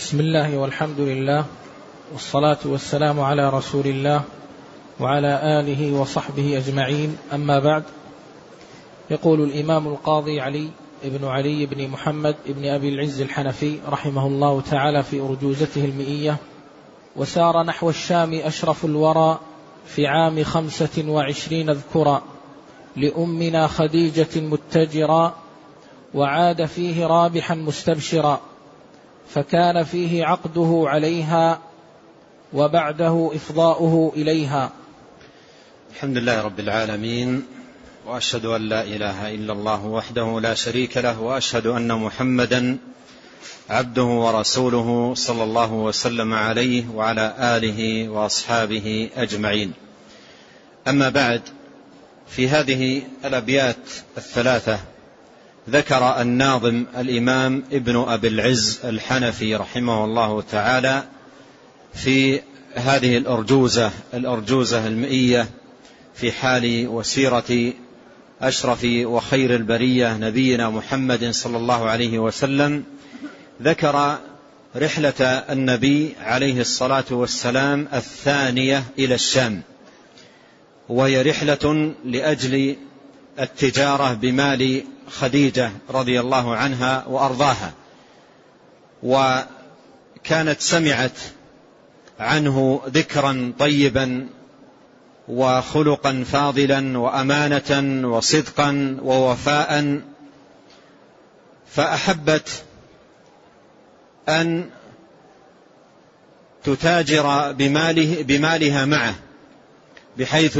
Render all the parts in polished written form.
بسم الله والحمد لله والصلاة والسلام على رسول الله وعلى آله وصحبه أجمعين، أما بعد. يقول الإمام القاضي علي بن علي بن محمد بن أبي العز الحنفي رحمه الله تعالى في أرجوزته المئية: وسار نحو الشام أشرف الورى في عام 25 اذكرا لأمنا خديجة متجرا، وعاد فيه رابحا مستبشرا، فكان فيه عقده عليها وبعده إفضاؤه إليها. الحمد لله رب العالمين، وأشهد أن لا إله إلا الله وحده لا شريك له، وأشهد أن محمدا عبده ورسوله صلى الله وسلم عليه وعلى آله وأصحابه أجمعين. أما بعد، في هذه الأبيات الثلاثة ذكر الناظم الإمام ابن أبي العز الحنفي رحمه الله تعالى في هذه الأرجوزة المئية في حال وسيرة أشرف وخير البرية نبينا محمد صلى الله عليه وسلم، ذكر رحلة النبي عليه الصلاة والسلام الثانية إلى الشام، وهي رحلة لأجل التجارة بمال خديجة رضي الله عنها وأرضاها، وكانت سمعت عنه ذكرا طيبا وخلقا فاضلا وأمانة وصدقا ووفاء، فأحبت أن تتاجر بمالها معه، بحيث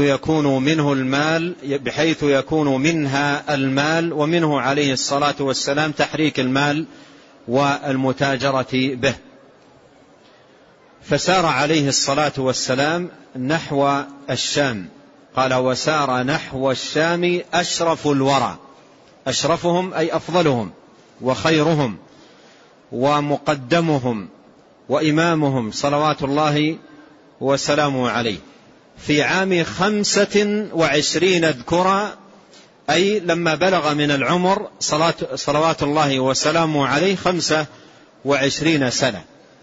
يكون منها المال ومنه عليه الصلاة والسلام تحريك المال والمتاجرة به. فسار عليه الصلاة والسلام نحو الشام، قال: وسار نحو الشام أشرف الورى، أشرفهم أي أفضلهم وخيرهم ومقدمهم وإمامهم صلوات الله وسلامه عليه، في عام 25 اذكرا، أي لما بلغ من العمر صلوات الله وسلامه عليه 25 سنة.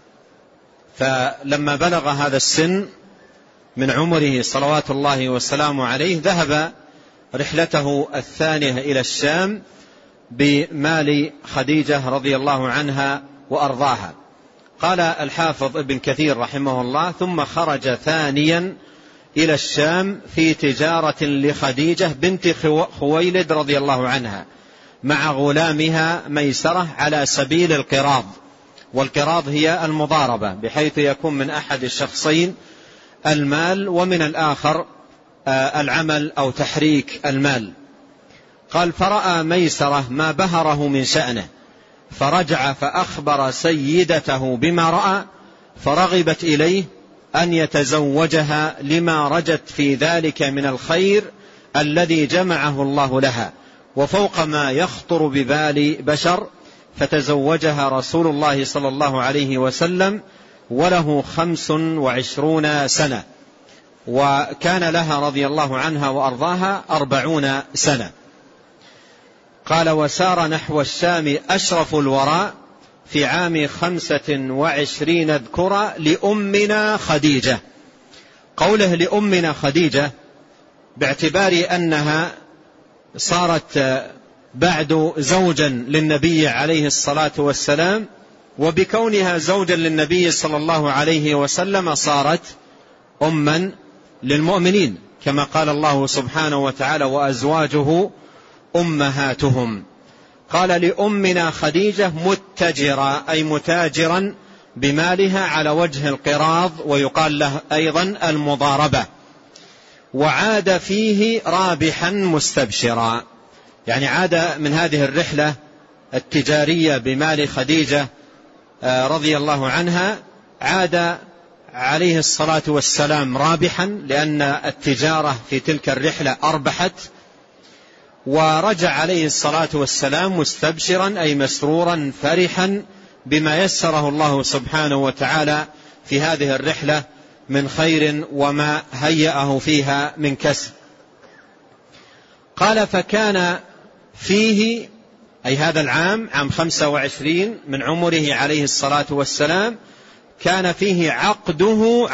فلما بلغ هذا السن من عمره صلوات الله وسلامه عليه ذهب رحلته الثانية إلى الشام بمال خديجة رضي الله عنها وأرضاها. قال الحافظ ابن كثير رحمه الله: ثم خرج ثانيا إلى الشام في تجارة لخديجة بنت خويلد رضي الله عنها مع غلامها ميسرة على سبيل القراض، والقراض هي المضاربة، بحيث يكون من أحد الشخصين المال ومن الآخر العمل أو تحريك المال. قال: فرأى ميسرة ما بهره من شأنه، فرجع فأخبر سيدته بما رأى، فرغبت إليه أن يتزوجها لما رجت في ذلك من الخير الذي جمعه الله لها، وفوق ما يخطر ببال بشر، فتزوجها رسول الله صلى الله عليه وسلم وله 25 سنة، وكان لها رضي الله عنها وأرضاها 40 سنة. قال: وسار نحو الشام أشرف الوراء في عام 25 اذكرا لأمنا خديجة. قوله لأمنا خديجة باعتبار أنها صارت بعد زوجا للنبي عليه الصلاة والسلام، وبكونها زوجا للنبي صلى الله عليه وسلم صارت أما للمؤمنين، كما قال الله سبحانه وتعالى: وأزواجه أمهاتهم. قال: لأمنا خديجة متجرا، أي متاجرا بمالها على وجه القراض، ويقال له أيضا المضاربة. وعاد فيه رابحا مستبشرا، يعني عاد من هذه الرحلة التجارية بمال خديجة رضي الله عنها، عاد عليه الصلاة والسلام رابحا، لأن التجارة في تلك الرحلة أربحت. ورجع عليه الصلاة والسلام مستبشرا، أي مسرورا فرحا بما يسره الله سبحانه وتعالى في هذه الرحلة من خير وما هيأه فيها من كسب. قال: فكان فيه أي هذا العام، عام 25 من عمره عليه الصلاة والسلام، كان فيه عقده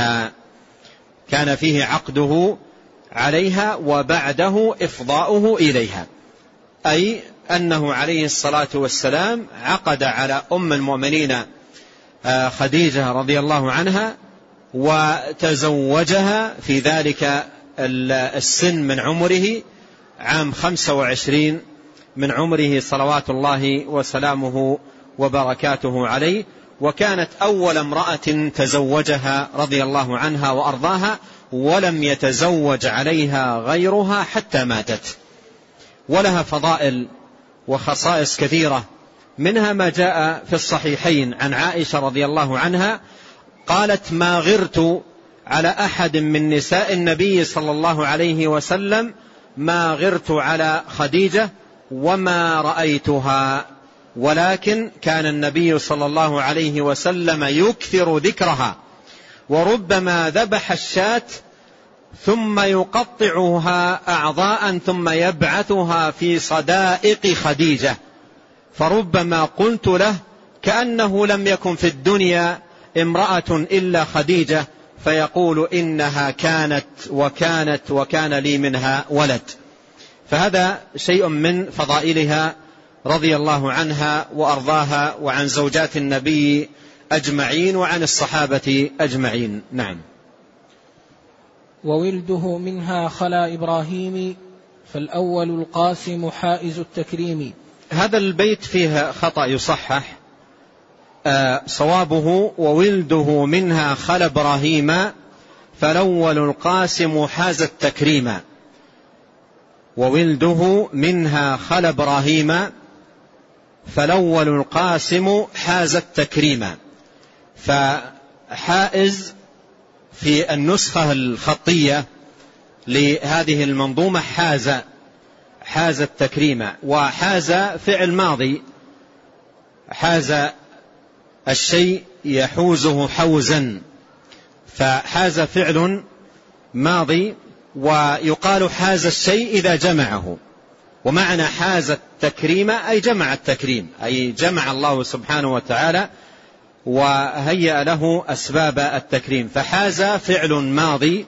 عليها وبعده إفضاؤه إليها، أي أنه عليه الصلاة والسلام عقد على أم المؤمنين خديجة رضي الله عنها وتزوجها في ذلك السن من عمره، عام 25 من عمره صلوات الله وسلامه وبركاته عليه، وكانت أول امرأة تزوجها رضي الله عنها وأرضاها، ولم يتزوج عليها غيرها حتى ماتت. ولها فضائل وخصائص كثيرة، منها ما جاء في الصحيحين عن عائشة رضي الله عنها قالت: ما غرت على أحد من نساء النبي صلى الله عليه وسلم ما غرت على خديجة وما رأيتها، ولكن كان النبي صلى الله عليه وسلم يكثر ذكرها، وربما ذبح الشاة ثم يقطعها أعضاء ثم يبعثها في صدائق خديجة، فربما قلت له: كأنه لم يكن في الدنيا امرأة إلا خديجة، فيقول: إنها كانت وكان لي منها ولد. فهذا شيء من فضائلها رضي الله عنها وأرضاها، وعن زوجات النبي أجمعين، وعن الصحابة أجمعين. نعم. وولده منها خلا إبراهيم، فالأول القاسم حائز التكريم. هذا البيت فيه خطأ يصحح، صوابه: وولده منها خلا إبراهيم فالأول القاسم حاز التكريم. وولده منها خلا إبراهيم فالأول القاسم حاز التكريم. فحائز في النسخة الخطية لهذه المنظومة حاز التكريم، وحاز فعل ماضي، حاز الشيء يحوزه حوزا، فحاز فعل ماضي، ويقال حاز الشيء إذا جمعه. ومعنى حاز التكريم أي جمع التكريم، أي جمع الله سبحانه وتعالى وهيأ له أسباب التكريم. فحاز فعل ماضي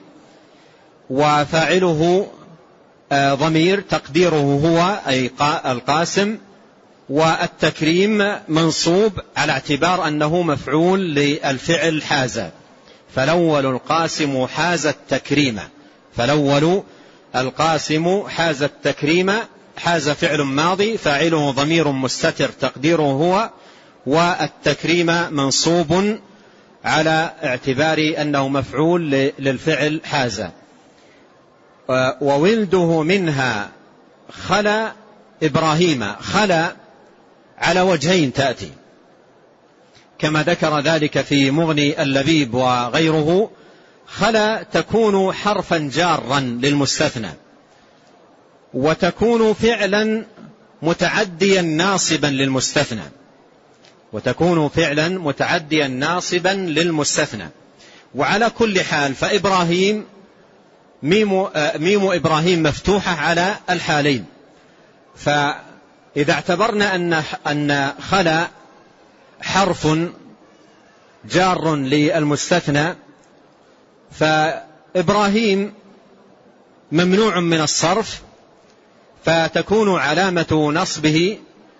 وفاعله ضمير تقديره هو أي القاسم، والتكريم منصوب على اعتبار أنه مفعول للفعل حاز. فالأول القاسم حاز التكريم، فالأول القاسم حاز التكريم. حاز فعل ماضي فاعله ضمير مستتر تقديره هو، والتكريم منصوب على اعتبار أنه مفعول للفعل حاز. وولده منها خلا إبراهيم، خلا على وجهين تأتي كما ذكر ذلك في مغني اللبيب وغيره. خلا تكون حرفا جارا للمستثنى، وتكون فعلا متعديا ناصبا للمستثنى، وعلى كل حال فإبراهيم ميم إبراهيم مفتوحة على الحالين. فإذا اعتبرنا أن خلا حرف جار للمستثنى، فإبراهيم ممنوع من الصرف، فتكون علامة نصبه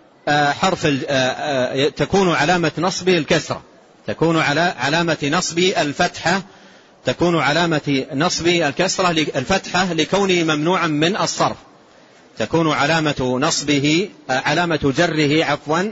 تكون علامة نصبه الكسرة، تكون علامة نصبه الفتحة، تكون علامة نصبه الكسرة الفتحة لكونه ممنوعا من الصرف، تكون علامة نصبه علامة جره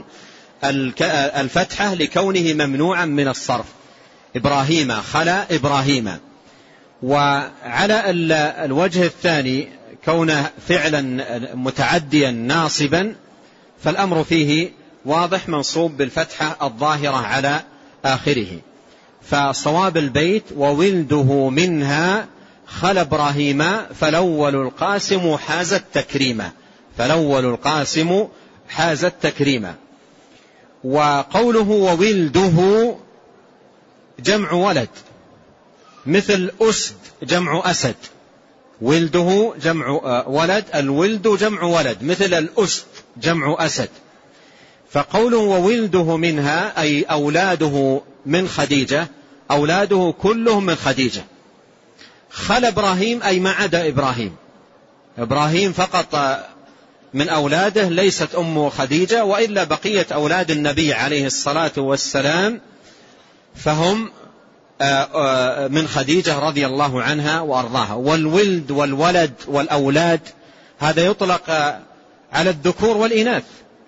الفتحة لكونه ممنوعا من الصرف. إبراهيم خلا إبراهيم. وعلى الوجه الثاني كونه فعلا متعديا ناصبا، فالأمر فيه واضح، منصوب بالفتحة الظاهرة على آخره. فصواب البيت: وولده منها خلا إبراهيم فالأول القاسم حاز التكريم، فالأول القاسم حاز التكريم. وقوله وولده جمع ولد، مثل أسد جمع أسد، ولده جمع ولد، الولد جمع ولد، مثل الأسد جمع أسد. فقوله وولده منها أي أولاده من خديجة، أولاده كلهم من خديجة. خل إبراهيم أي ما عدا إبراهيم، إبراهيم فقط من أولاده، ليست أمه خديجة، وإلا بقية أولاد النبي عليه الصلاة والسلام فهم من خديجة رضي الله عنها وأرضاها. والولد والولد والأولاد هذا يطلق على الذكور والإناث،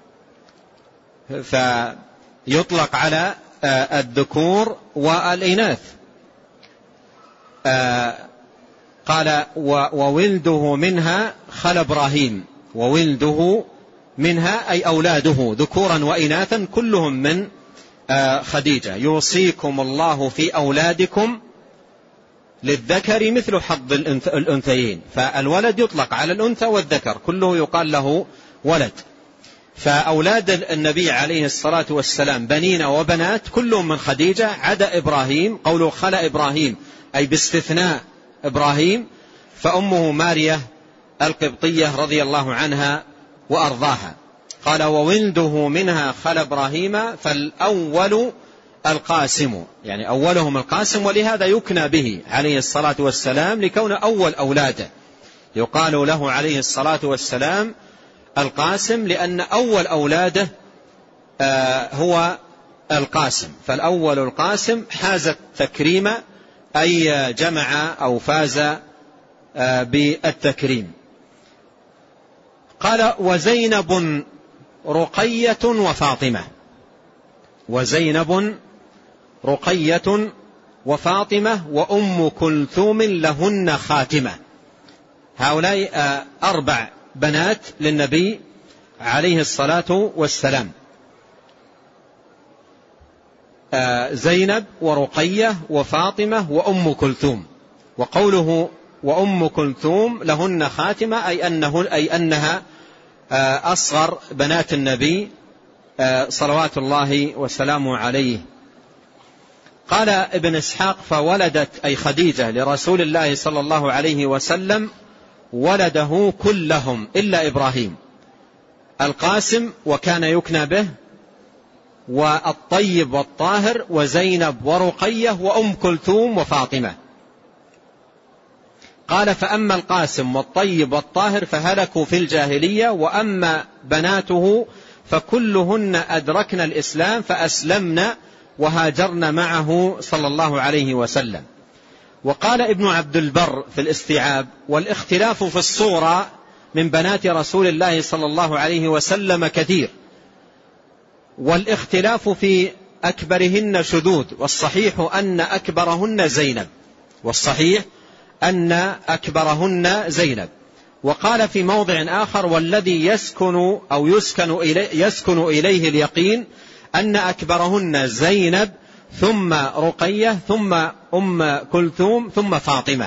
فيطلق على الذكور والإناث. قال وولده منها خل إبراهيم، وولده منها أي أولاده ذكورا وإناثا كلهم من خديجة. يوصيكم الله في أولادكم للذكر مثل حظ الأنثيين، فالولد يطلق على الأنثى والذكر، كله يقال له ولد. فأولاد النبي عليه الصلاة والسلام بنين وبنات كلهم من خديجة عدا إبراهيم. قوله خل إبراهيم أي باستثناء إبراهيم، فأمه مارية القبطية رضي الله عنها وأرضاها. قال وولده منها خل إبراهيم، فالأول القاسم، يعني أولهم القاسم، ولهذا يكنى به عليه الصلاة والسلام لكون أول أولاده. يقال له عليه الصلاة والسلام القاسم لأن أول أولاده هو القاسم، فالأول القاسم حاز التكريم أي جمع أو فاز بالتكريم. قال وزينب رقية وفاطمة، وزينب رقية وفاطمة وأم كلثوم لهن خاتمة. هؤلاء 4 بنات للنبي عليه الصلاة والسلام، زينب ورقية وفاطمة وأم كلثوم. وقوله وأم كلثوم لهن خاتمة أي أنها أصغر بنات النبي صلوات الله وسلامه عليه. قال ابن إسحاق فولدت أي خديجة لرسول الله صلى الله عليه وسلم ولده كلهم إلا إبراهيم، القاسم وكان يكنى به، والطيب والطاهر، وزينب ورقية وأم كلثوم وفاطمة. قال فأما القاسم والطيب والطاهر فهلكوا في الجاهلية، وأما بناته فكلهن أدركن الإسلام فأسلمن وهاجرن معه صلى الله عليه وسلم. وقال ابن عبد البر في الاستيعاب والاختلاف في الصورة من بنات رسول الله صلى الله عليه وسلم كثير، والاختلاف في أكبرهن شذوذ، والصحيح أن أكبرهن زينب، والصحيح أن أكبرهن زينب. وقال في موضع آخر والذي يسكن إليه اليقين أن أكبرهن زينب ثم رقية ثم أم كلثوم ثم فاطمة.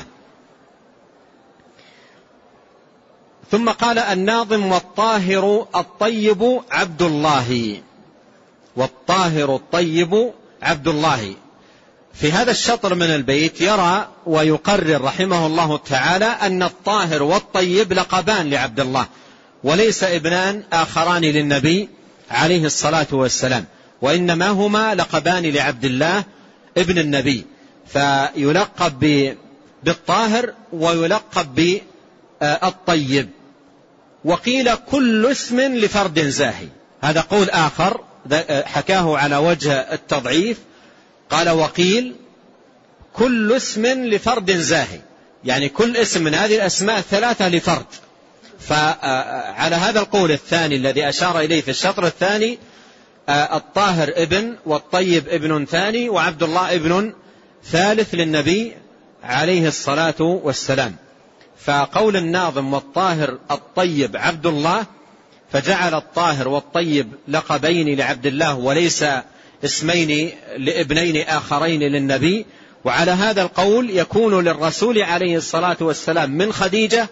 ثم قال الناظم والطاهر الطيب عبد الله، والطاهر الطيب عبد الله. في هذا الشطر من البيت يرى ويقرر رحمه الله تعالى أن الطاهر والطيب لقبان لعبد الله، وليس ابنان آخران للنبي عليه الصلاة والسلام، وإنما هما لقبان لعبد الله ابن النبي، فيلقب بالطاهر ويلقب بالطيب. وقيل كل اسم لفرد زاهي، هذا قول آخر حكاه على وجه التضعيف. قال وقيل كل اسم لفرد زاهي، يعني كل اسم من هذه الأسماء 3 لفرد. فعلى هذا القول الثاني الذي أشار إليه في الشطر الثاني الطاهر ابن والطيب ابن ثاني وعبد الله ابن ثالث للنبي عليه الصلاة والسلام. فقول الناظم والطاهر الطيب عبد الله، فجعل الطاهر والطيب لقبين لعبد الله وليس اسمين لابنين آخرين للنبي. وعلى هذا القول يكون للرسول عليه الصلاة والسلام من خديجة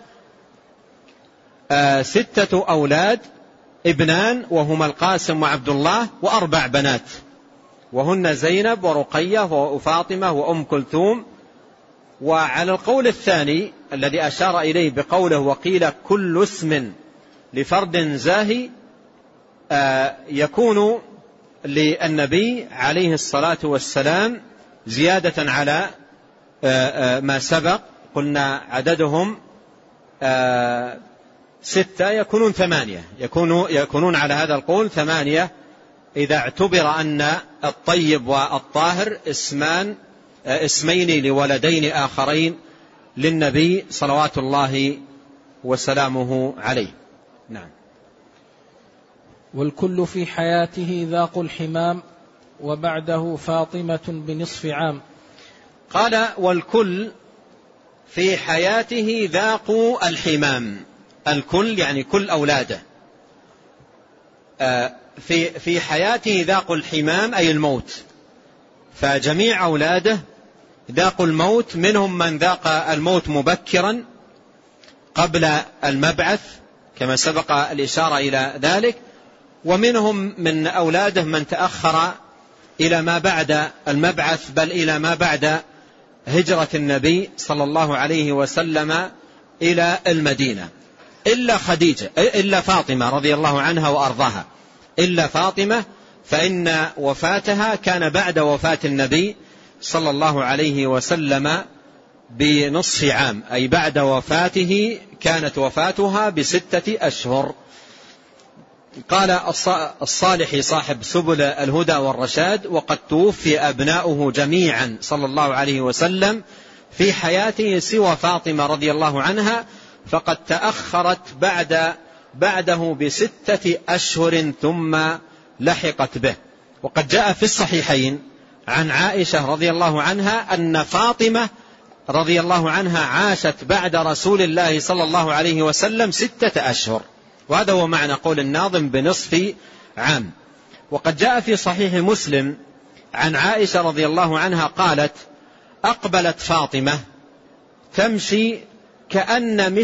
6 أولاد، ابنان وهما القاسم وعبد الله، و4 بنات وهن زينب ورقية وفاطمة وأم كلثوم. وعلى القول الثاني الذي أشار إليه بقوله وقيل كل اسم لفرد زاهي، يكون للنبي عليه الصلاة والسلام زيادة على ما سبق، قلنا عددهم 6 يكونون 8، يكونون على هذا القول 8 إذا اعتبر أن الطيب والطاهر اسمين لولدين آخرين للنبي صلوات الله وسلامه عليه. نعم. والكل في حياته ذاق الحمام وبعده فاطمة بنصف عام. قال والكل في حياته ذاقوا الحمام، الكل يعني كل أولاده في حياته ذاقوا الحمام أي الموت، فجميع أولاده ذاقوا الموت، منهم من ذاق الموت مبكرا قبل المبعث كما سبق الإشارة إلى ذلك، ومنهم من أولاده من تأخر إلى ما بعد المبعث بل إلى ما بعد هجرة النبي صلى الله عليه وسلم إلى المدينة، إلا فاطمة رضي الله عنها وأرضاها، إلا فاطمة فإن وفاتها كان بعد وفاة النبي صلى الله عليه وسلم بنصف عام، أي بعد وفاته كانت وفاتها ب6 أشهر. قال الصالحي صاحب سبل الهدى والرشاد: وقد توفي أبناؤه جميعا صلى الله عليه وسلم في حياته سوى فاطمة رضي الله عنها، فقد تأخرت بعده ب6 أشهر ثم لحقت به. وقد جاء في الصحيحين عن عائشة رضي الله عنها أن فاطمة رضي الله عنها عاشت بعد رسول الله صلى الله عليه وسلم 6 أشهر، وهذا هو معنى قول الناظم بنصف عام. وقد جاء في صحيح مسلم عن عائشة رضي الله عنها قالت: أقبلت فاطمة تمشي كأن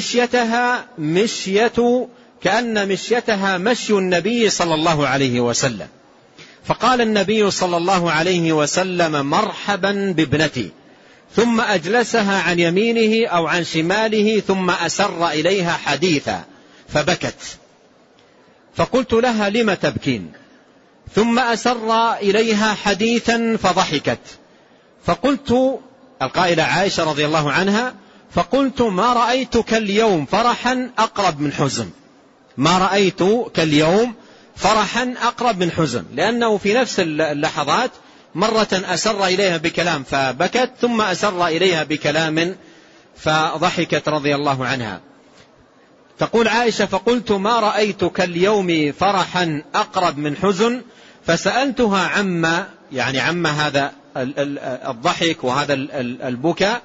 مشيتها مشي النبي صلى الله عليه وسلم، فقال النبي صلى الله عليه وسلم: مرحبا بابنتي، ثم أجلسها عن يمينه أو عن شماله، ثم أسر إليها حديثا فبكت، فقلت لها: لم تبكين؟ ثم أسر إليها حديثا فضحكت، فقلت، القائلة عائشة رضي الله عنها، فقلت: ما رأيت كاليوم فرحا أقرب من حزن، ما رأيت كاليوم فرحا أقرب من حزن، لأنه في نفس اللحظات مرة أسر إليها بكلام فبكت، ثم أسر إليها بكلام فضحكت رضي الله عنها. تقول عائشة: فقلت: ما رأيت كاليوم فرحا أقرب من حزن، فسألتها عما هذا الضحك وهذا البكاء،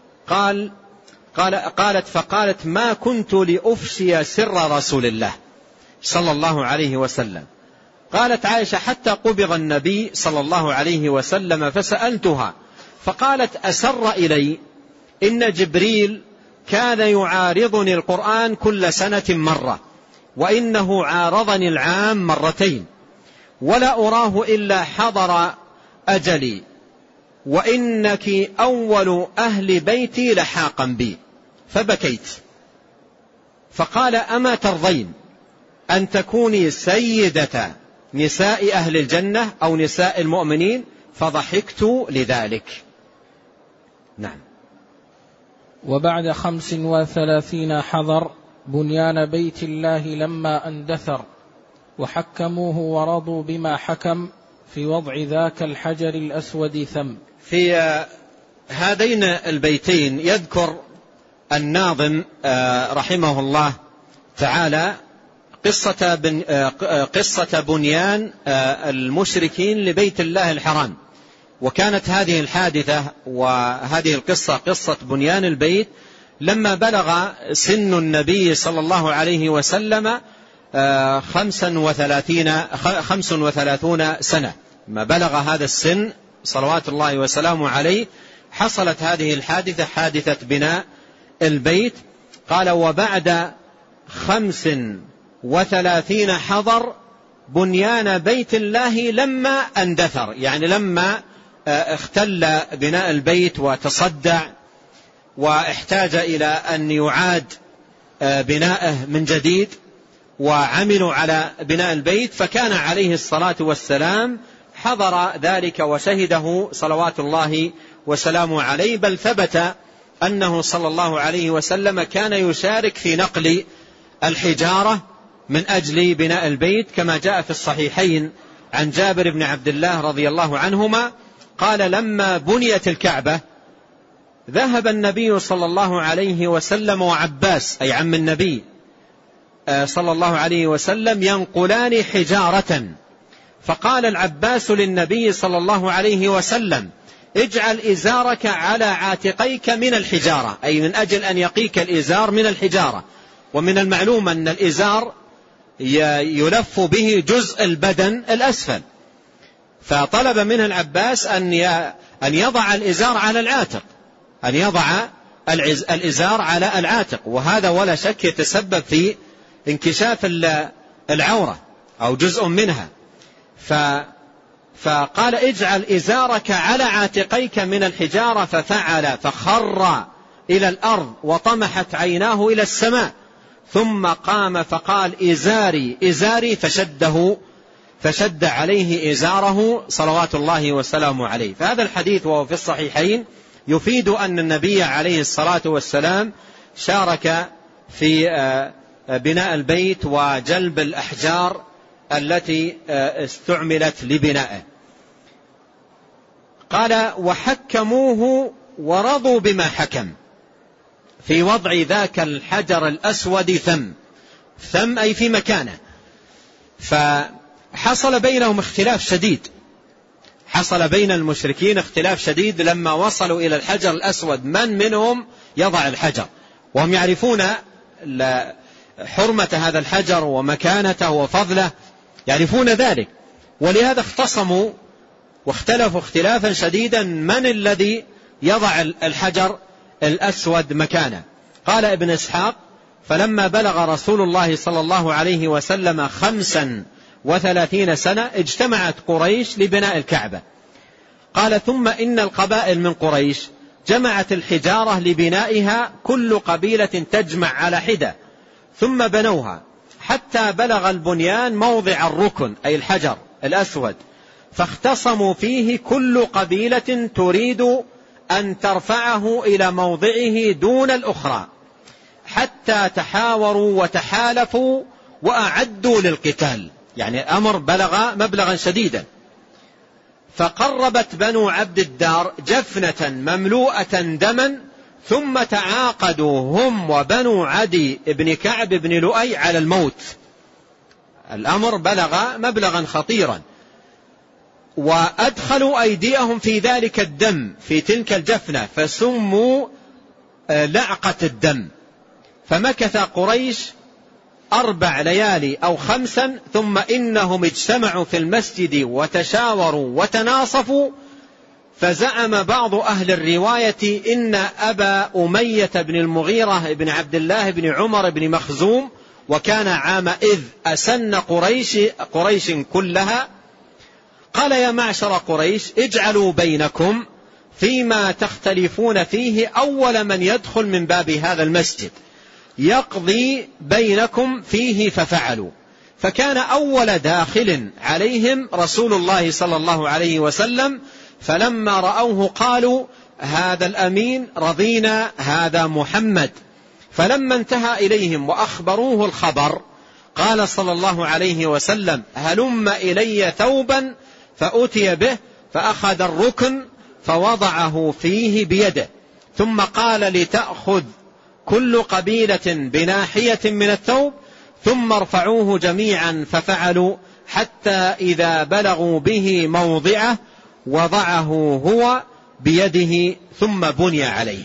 فقالت: ما كنت لأفشي سر رسول الله صلى الله عليه وسلم. قالت عائشة: حتى قبض النبي صلى الله عليه وسلم فسألتها، فقالت: أسر إلي إن جبريل كان يعارضني القرآن كل سنة مرة، وإنه عارضني العام مرتين، ولا أراه إلا حضر أجلي، وإنك أول أهل بيتي لحاقا بي. فبكيت، فقال: أما ترضين أن تكوني سيدة نساء أهل الجنة أو نساء المؤمنين؟ فضحكت لذلك. نعم. وبعد 35 حضر بنيان بيت الله لما اندثر، وحكموه ورضوا بما حكم، في وضع ذاك الحجر الأسود ثم. في هذين البيتين يذكر الناظم رحمه الله تعالى قصة بنيان المشركين لبيت الله الحرام. وكانت هذه الحادثة وهذه القصة، قصة بنيان البيت، لما بلغ سن النبي صلى الله عليه وسلم 35 سنة، ما بلغ هذا السن صلوات الله وسلامه عليه حصلت هذه الحادثة، حادثة بناء البيت. قال: وبعد 35 حضر بنيان بيت الله لما اندثر، يعني لما اختل بناء البيت وتصدع واحتاج إلى أن يعاد بناءه من جديد، وعملوا على بناء البيت، فكان عليه الصلاة والسلام حضر ذلك وشهده صلوات الله وسلامه عليه، بل ثبت أنه صلى الله عليه وسلم كان يشارك في نقل الحجارة من أجل بناء البيت، كما جاء في الصحيحين عن جابر بن عبد الله رضي الله عنهما قال: لما بنيت الكعبة ذهب النبي صلى الله عليه وسلم وعباس أي عم النبي صلى الله عليه وسلم ينقلان حجارة، فقال العباس للنبي صلى الله عليه وسلم: اجعل إزارك على عاتقيك من الحجارة، أي من أجل أن يقيك الإزار من الحجارة. ومن المعلوم أن الإزار يلف به جزء البدن الأسفل، فطلب منه العباس أن يضع الإزار على العاتق، أن يضع الإزار على العاتق، وهذا ولا شك يتسبب في انكشاف العورة أو جزء منها. فقال: اجعل إزارك على عاتقيك من الحجارة، ففعل، فخر إلى الأرض وطمحت عيناه إلى السماء، ثم قام فقال: إزاري إزاري، فشد عليه إزاره صلوات الله وسلامه عليه. فهذا الحديث وهو في الصحيحين يفيد أن النبي عليه الصلاة والسلام شارك في بناء البيت وجلب الأحجار التي استعملت لبنائه. قال: وحكموه ورضوا بما حكم في وضع ذاك الحجر الأسود ثم أي في مكانه. فحصل بينهم اختلاف شديد، حصل بين المشركين اختلاف شديد لما وصلوا إلى الحجر الأسود من منهم يضع الحجر، وهم يعرفون حرمة هذا الحجر ومكانته وفضله، يعرفون ذلك، ولهذا اختصموا واختلفوا اختلافا شديدا من الذي يضع الحجر الأسود مكانه. قال ابن إسحاق: فلما بلغ رسول الله صلى الله عليه وسلم 35 سنة اجتمعت قريش لبناء الكعبة. قال: ثم إن القبائل من قريش جمعت الحجارة لبنائها، كل قبيلة تجمع على حدة، ثم بنوها حتى بلغ البنيان موضع الركن أي الحجر الأسود، فاختصموا فيه كل قبيلة تريد أن ترفعه إلى موضعه دون الأخرى، حتى تحاوروا وتحالفوا وأعدوا للقتال، يعني أمر بلغ مبلغا شديدا. فقربت بنو عبد الدار جفنة مملوءة دما، ثم تعاقدوا هم وبنو عدي بن كعب بن لؤي على الموت. الأمر بلغ مبلغا خطيرا، وأدخلوا أيديهم في ذلك الدم في تلك الجفنة، فسموا لعقة الدم. فمكث قريش 4 ليالي أو 5، ثم إنهم اجتمعوا في المسجد وتشاوروا وتناصفوا، فزعم بعض أهل الرواية إن أبا أمية بن المغيرة بن عبد الله بن عمر بن مخزوم، وكان عام إذ أسن قريش كلها، قال: يا معشر قريش اجعلوا بينكم فيما تختلفون فيه أول من يدخل من باب هذا المسجد يقضي بينكم فيه. ففعلوا، فكان أول داخل عليهم رسول الله صلى الله عليه وسلم، فلما رأوه قالوا: هذا الأمين رضينا، هذا محمد. فلما انتهى إليهم وأخبروه الخبر قال صلى الله عليه وسلم: هلم إلي ثوبا، فأتي به، فأخذ الركن فوضعه فيه بيده، ثم قال: لتأخذ كل قبيلة بناحية من الثوب، ثم ارفعوه جميعا. ففعلوا حتى إذا بلغوا به موضعه وضعه هو بيده، ثم بني عليه.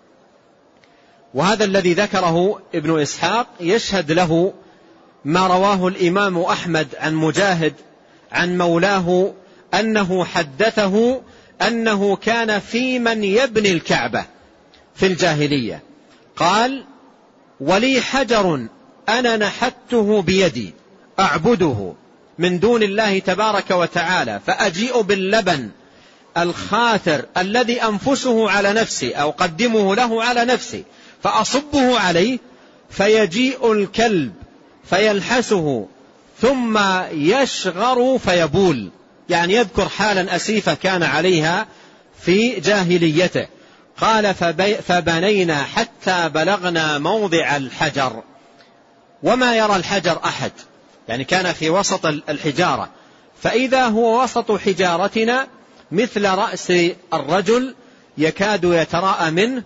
وهذا الذي ذكره ابن إسحاق يشهد له ما رواه الإمام أحمد عن مجاهد عن مولاه أنه حدثه أنه كان في من يبني الكعبة في الجاهلية، قال: ولي حجر أنا نحته بيدي أعبده من دون الله تبارك وتعالى، فأجيء باللبن الخاثر الذي أنفسه على نفسي أو قدمه له على نفسي، فأصبه عليه، فيجيء الكلب فيلحسه ثم يشغر فيبول، يعني يذكر حالا أسيفة كان عليها في جاهليته. قال فبنينا حتى بلغنا موضع الحجر وما يرى الحجر أحد، يعني كان في وسط الحجارة، فإذا هو وسط حجارتنا مثل رأس الرجل يكاد يتراءى منه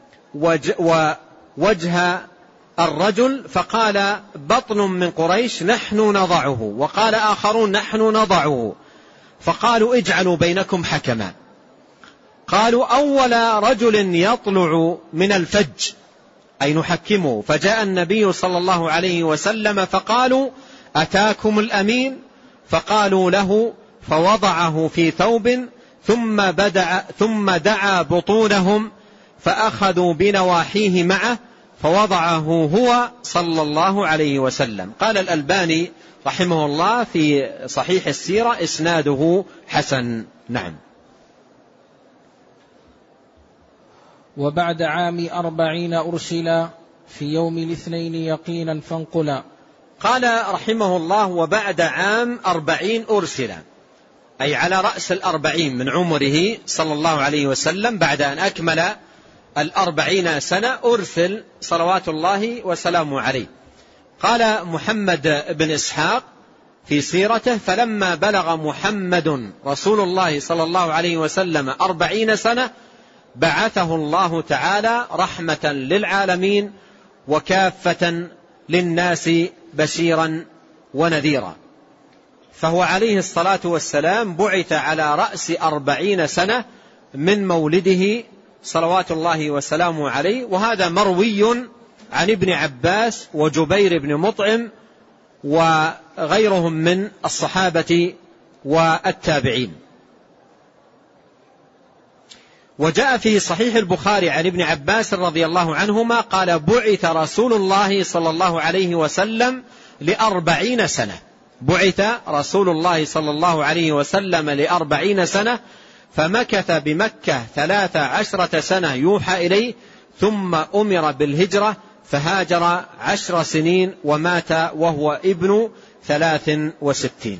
ووجه الرجل. فقال بطن من قريش نحن نضعه، وقال آخرون نحن نضعه، فقالوا اجعلوا بينكم حكما. قالوا أول رجل يطلع من الفج أي نحكمه. فجاء النبي صلى الله عليه وسلم فقالوا أتاكم الأمين؟ فقالوا له، فوضعه في ثوب ثم دعا بطونهم فأخذوا بنواحيه معه فوضعه هو صلى الله عليه وسلم. قال الألباني رحمه الله في صحيح السيرة إسناده حسن. نعم. وبعد عام 40 أرسلا في يوم الاثنين يقينا فانقلا. قال رحمه الله وبعد عام 40 أرسلا، أي على رأس 40 من عمره صلى الله عليه وسلم، بعد أن أكمل 40 سنة أرسل صلوات الله وسلامه عليه. قال محمد بن إسحاق في سيرته فلما بلغ محمد رسول الله صلى الله عليه وسلم 40 سنة بعثه الله تعالى رحمة للعالمين وكافة للناس بشيرا ونذيرا. فهو عليه الصلاة والسلام بعث على رأس 40 سنة من مولده صلوات الله وسلامه عليه، وهذا مروي عن ابن عباس وجبير بن مطعم وغيرهم من الصحابة والتابعين. وجاء في صحيح البخاري عن ابن عباس رضي الله عنهما قال بعث رسول الله صلى الله عليه وسلم ل40 سنة، بعث رسول الله صلى الله عليه وسلم ل40 سنة، فمكث بمكة 13 سنة يوحى إليه، ثم أمر بالهجرة فهاجر 10 سنين ومات وهو ابن 63.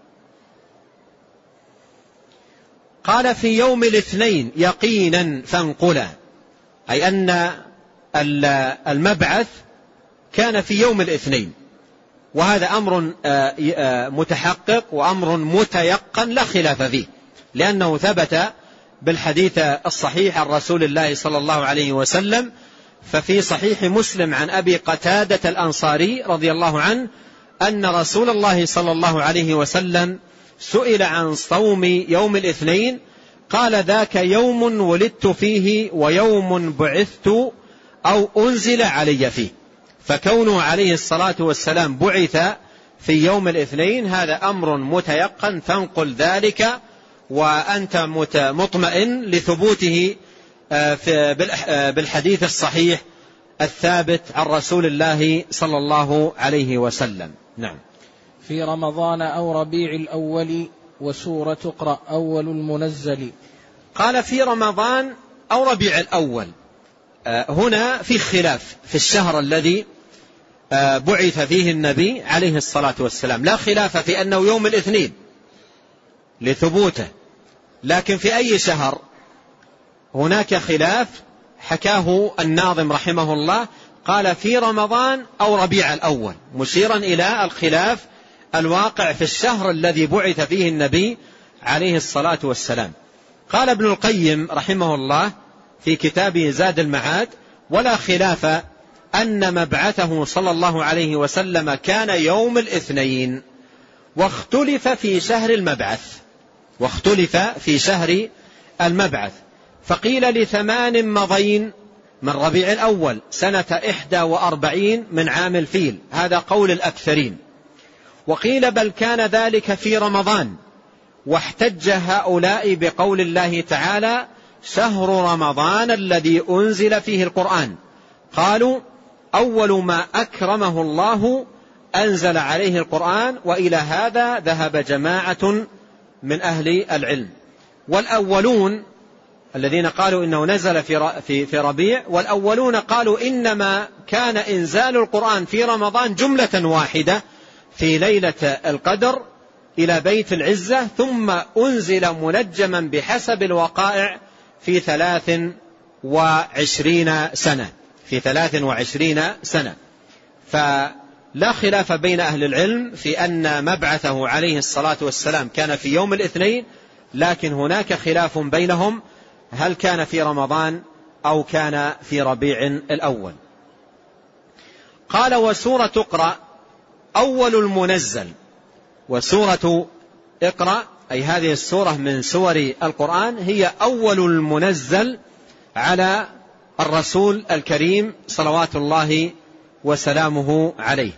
قال في يوم الاثنين يقينا فانقلا، أي أن المبعث كان في يوم الاثنين، وهذا أمر متحقق وأمر متيقن لا خلاف فيه، لأنه ثبت بالحديث الصحيح عن رسول الله صلى الله عليه وسلم. ففي صحيح مسلم عن أبي قتادة الأنصاري رضي الله عنه أن رسول الله صلى الله عليه وسلم سئل عن صوم يوم الاثنين قال ذاك يوم ولدت فيه ويوم بعثت أو أنزل علي فيه. فكونه عليه الصلاة والسلام بعث في يوم الاثنين هذا أمر متيقن، فانقل ذلك وأنت مطمئن لثبوته بالحديث الصحيح الثابت عن رسول الله صلى الله عليه وسلم. نعم. في رمضان أو ربيع الأول وسورة اقرأ أول المنزل. قال في رمضان أو ربيع الأول، هنا في خلاف في الشهر الذي بعث فيه النبي عليه الصلاة والسلام، لا خلاف في أنه يوم الاثنين لثبوته، لكن في أي شهر هناك خلاف حكاه الناظم رحمه الله، قال في رمضان أو ربيع الأول، مشيرا إلى الخلاف الواقع في الشهر الذي بعث فيه النبي عليه الصلاة والسلام. قال ابن القيم رحمه الله في كتابه زاد المعاد ولا خلاف أن مبعثه صلى الله عليه وسلم كان يوم الاثنين، واختلف في شهر المبعث، فقيل ل8 مضين من ربيع الأول سنة 41 من عام الفيل، هذا قول الأكثرين. وقيل بل كان ذلك في رمضان، واحتج هؤلاء بقول الله تعالى شهر رمضان الذي أنزل فيه القرآن، قالوا أول ما أكرمه الله أنزل عليه القرآن، وإلى هذا ذهب جماعة من أهل العلم. والأولون الذين قالوا إنه نزل في ربيع، والأولون قالوا إنما كان إنزال القرآن في رمضان جملة واحدة في ليلة القدر إلى بيت العزة، ثم أنزل منجما بحسب الوقائع في 23 سنة، في 23 سنة. فلا خلاف بين أهل العلم في أن مبعثه عليه الصلاة والسلام كان في يوم الاثنين، لكن هناك خلاف بينهم هل كان في رمضان أو كان في ربيع الأول. قال وسورة اقرأ أول المنزل. وسورة اقرأ أي هذه السورة من سور القرآن هي أول المنزل على الرسول الكريم صلوات الله وسلامه عليه.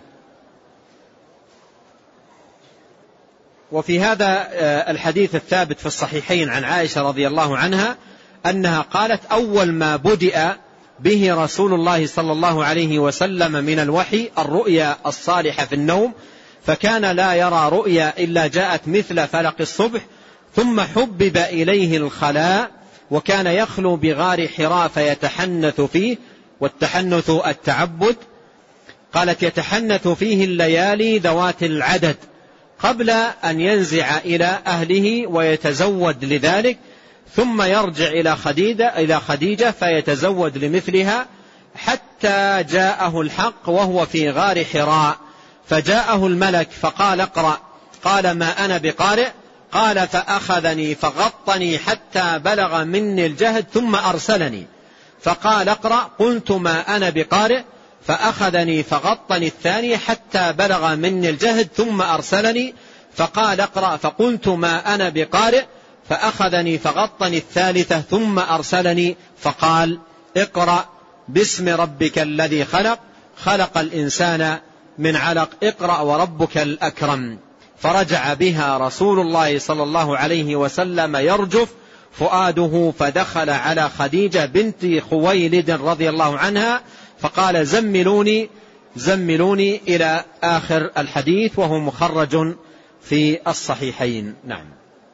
وفي هذا الحديث الثابت في الصحيحين عن عائشة رضي الله عنها أنها قالت أول ما بدأ به رسول الله صلى الله عليه وسلم من الوحي الرؤيا الصالحة في النوم، فكان لا يرى رؤيا إلا جاءت مثل فلق الصبح، ثم حبب إليه الخلاء، وكان يخلو بغار حراء فيتحنث فيه، والتحنث التعبد. قالت يتحنث فيه الليالي ذوات العدد قبل أن ينزع إلى أهله ويتزود لذلك، ثم يرجع إلى خديجة فيتزود لمثلها، حتى جاءه الحق وهو في غار حراء، فجاءه الملك فقال اقرأ، قال ما أنا بقارئ، قال فأخذني فغطني حتى بلغ مني الجهد ثم أرسلني، فقال اقرأ، قلت ما أنا بقارئ، فأخذني فغطني الثاني حتى بلغ مني الجهد ثم أرسلني، فقال اقرأ، فقلت ما أنا بقارئ، فأخذني فغطني الثالثة ثم أرسلني، فقال اقرأ باسم ربك الذي خلق، خلق الإنسان من علق، اقرأ وربك الأكرم. فرجع بها رسول الله صلى الله عليه وسلم يرجف فؤاده، فدخل على خديجة بنت خويلد رضي الله عنها فقال زملوني زملوني إلى آخر الحديث، وهو مخرج في الصحيحين. نعم.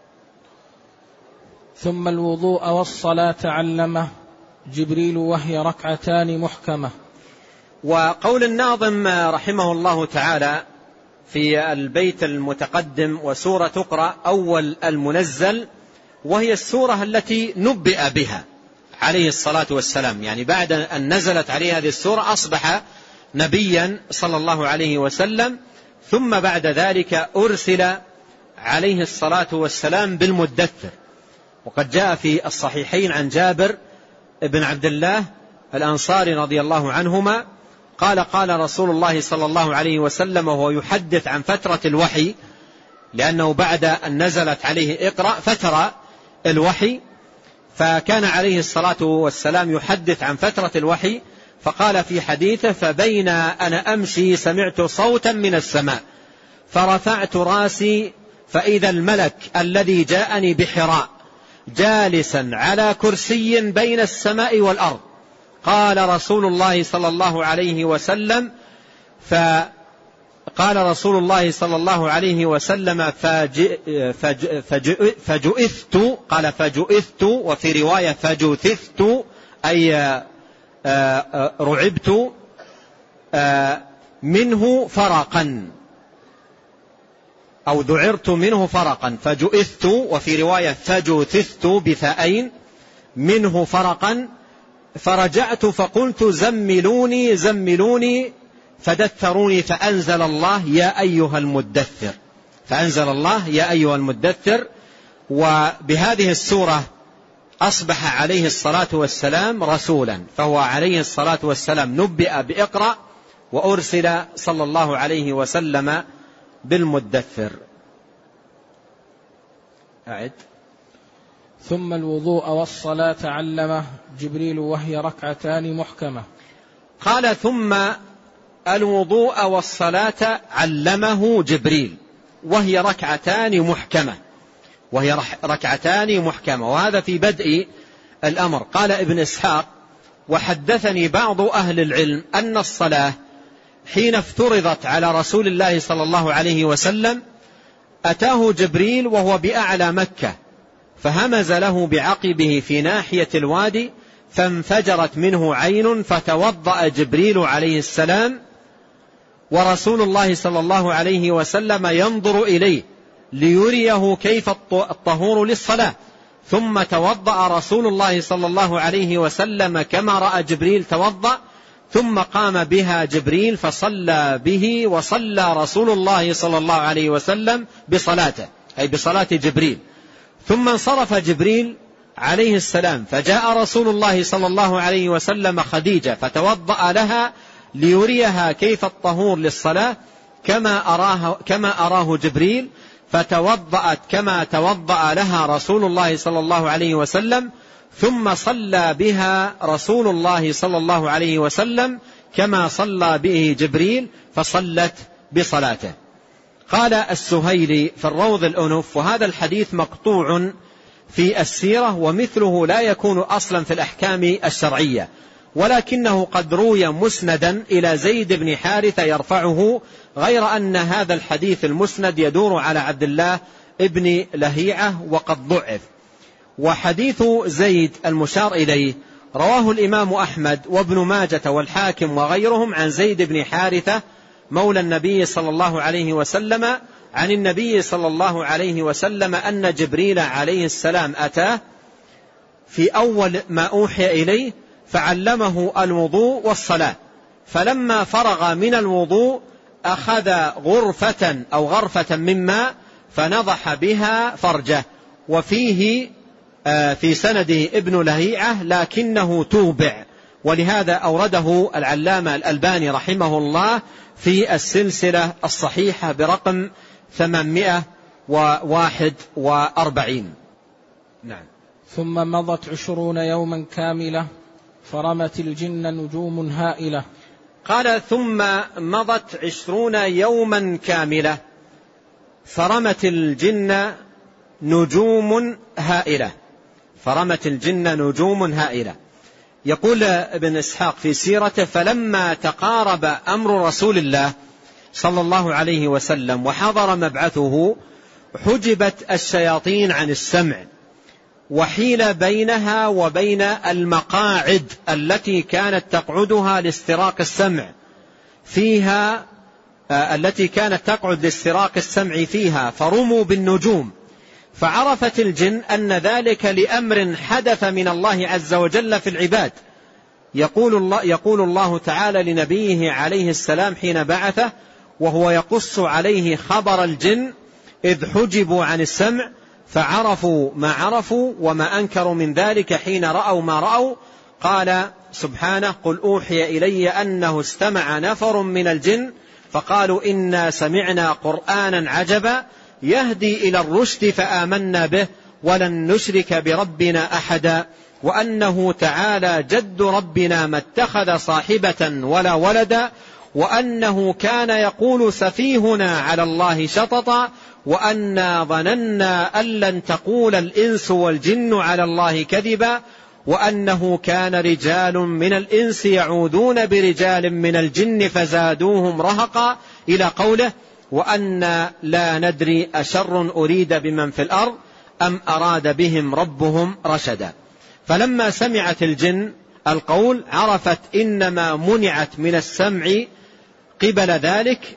ثم الوضوء والصلاة علمه جبريل وهي ركعتان محكمة. وقول الناظم رحمه الله تعالى في البيت المتقدم وسورة اقرأ أول المنزل، وهي السورة التي نبئ بها عليه الصلاة والسلام، يعني بعد أن نزلت عليه هذه السورة أصبح نبيا صلى الله عليه وسلم، ثم بعد ذلك أرسل عليه الصلاة والسلام بالمدثر. وقد جاء في الصحيحين عن جابر بن عبد الله الأنصاري رضي الله عنهما قال قال رسول الله صلى الله عليه وسلم وهو يحدث عن فترة الوحي، لأنه بعد أن نزلت عليه اقرأ فترة الوحي، فكان عليه الصلاة والسلام يحدث عن فترة الوحي، فقال في حديثه فبين أنا أمشي سمعت صوتا من السماء فرفعت راسي فإذا الملك الذي جاءني بحراء جالسا على كرسي بين السماء والأرض. قال رسول الله صلى الله عليه وسلم فجئثت، قال فجئثت، وفي رواية فجثثت أي رعبت منه فرقا أو ذعرت منه فرقا، فجئثت، وفي رواية فجثثت بثاءين منه فرقا، فرجعت فقلت زملوني زملوني فدثروني، فأنزل الله يا أيها المدثر، فأنزل الله يا أيها المدثر. وبهذه السورة أصبح عليه الصلاة والسلام رسولا، فهو عليه الصلاة والسلام نبئ بإقرأ وأرسل صلى الله عليه وسلم بالمدثر. أعد. ثم الوضوء والصلاة علمه جبريل وهي ركعتان محكمة. قال ثم الوضوء والصلاة علمه جبريل وهي ركعتان محكمة، وهي ركعتان محكمة، وهذا في بدء الأمر. قال ابن إسحاق وحدثني بعض أهل العلم أن الصلاة حين افترضت على رسول الله صلى الله عليه وسلم أتاه جبريل وهو بأعلى مكة فهمز له بعقبه في ناحية الوادي فانفجرت منه عين، فتوضأ جبريل عليه السلام ورسول الله صلى الله عليه وسلم ينظر إليه ليريه كيف الطهور للصلاة، ثم توضأ رسول الله صلى الله عليه وسلم كما رأى جبريل توضأ، ثم قام بها جبريل فصلى به، وصلى رسول الله صلى الله عليه وسلم بصلاته، أي بصلاة جبريل. ثم انصرف جبريل عليه السلام، فجاء رسول الله صلى الله عليه وسلم خديجة فتوضأ لها ليريها كيف الطهور للصلاة كما أراه جبريل، فتوضأت كما توضأ لها رسول الله صلى الله عليه وسلم، ثم صلى بها رسول الله صلى الله عليه وسلم كما صلى به جبريل، فصلت بصلاته. قال السهيلي في الروض الأنف: وهذا الحديث مقطوع في السيرة، ومثله لا يكون أصلا في الأحكام الشرعية، ولكنه قد روي مسندا إلى زيد بن حارثة يرفعه، غير أن هذا الحديث المسند يدور على عبد الله ابن لهيعة وقد ضعف. وحديث زيد المشار إليه رواه الإمام أحمد وابن ماجة والحاكم وغيرهم عن زيد بن حارثة مولى النبي صلى الله عليه وسلم عن النبي صلى الله عليه وسلم أن جبريل عليه السلام أتاه في أول ما أوحي إليه فعلمه الوضوء والصلاة، فلما فرغ من الوضوء أخذ غرفة من ماء فنضح بها فرجه، وفيه في سنده ابن لهيعة لكنه توبع، ولهذا أورده العلامة الألباني رحمه الله في السلسلة الصحيحة برقم 841. نعم. ثم مضت 20 يوما كاملة فرمت الجن نجوم هائلة. قال: ثم مضت 20 يوما كاملة فرمت الجن نجوم هائلة. فرمت الجن نجوم هائلة. يقول ابن إسحاق في سيرته: فلما تقارب أمر رسول الله صلى الله عليه وسلم وحضر مبعثه حجبت الشياطين عن السمع، وحيل بينها وبين المقاعد التي كانت تقعدها لاستراق السمع فيها، فيها، فرموا بالنجوم، فعرفت الجن أن ذلك لأمر حدث من الله عز وجل في العباد. يقول الله تعالى لنبيه عليه السلام حين بعثه وهو يقص عليه خبر الجن إذ حجبوا عن السمع فعرفوا ما عرفوا وما أنكروا من ذلك حين رأوا ما رأوا. قال سبحانه: قل أوحي إلي أنه استمع نفر من الجن فقالوا إنا سمعنا قرآنا عجبا يهدي إلى الرشد فآمنا به ولن نشرك بربنا أحدا وأنه تعالى جد ربنا ما اتخذ صاحبة ولا ولدا وأنه كان يقول سفيهنا على الله شططا وأنا ظننا أن لن تقول الإنس والجن على الله كذبا وأنه كان رجال من الإنس يعوذون برجال من الجن فزادوهم رهقا إلى قوله: وأنا لا ندري أشر أريد بمن في الأرض أم أراد بهم ربهم رشدا. فلما سمعت الجن القول عرفت إنما منعت من السمع قبل ذلك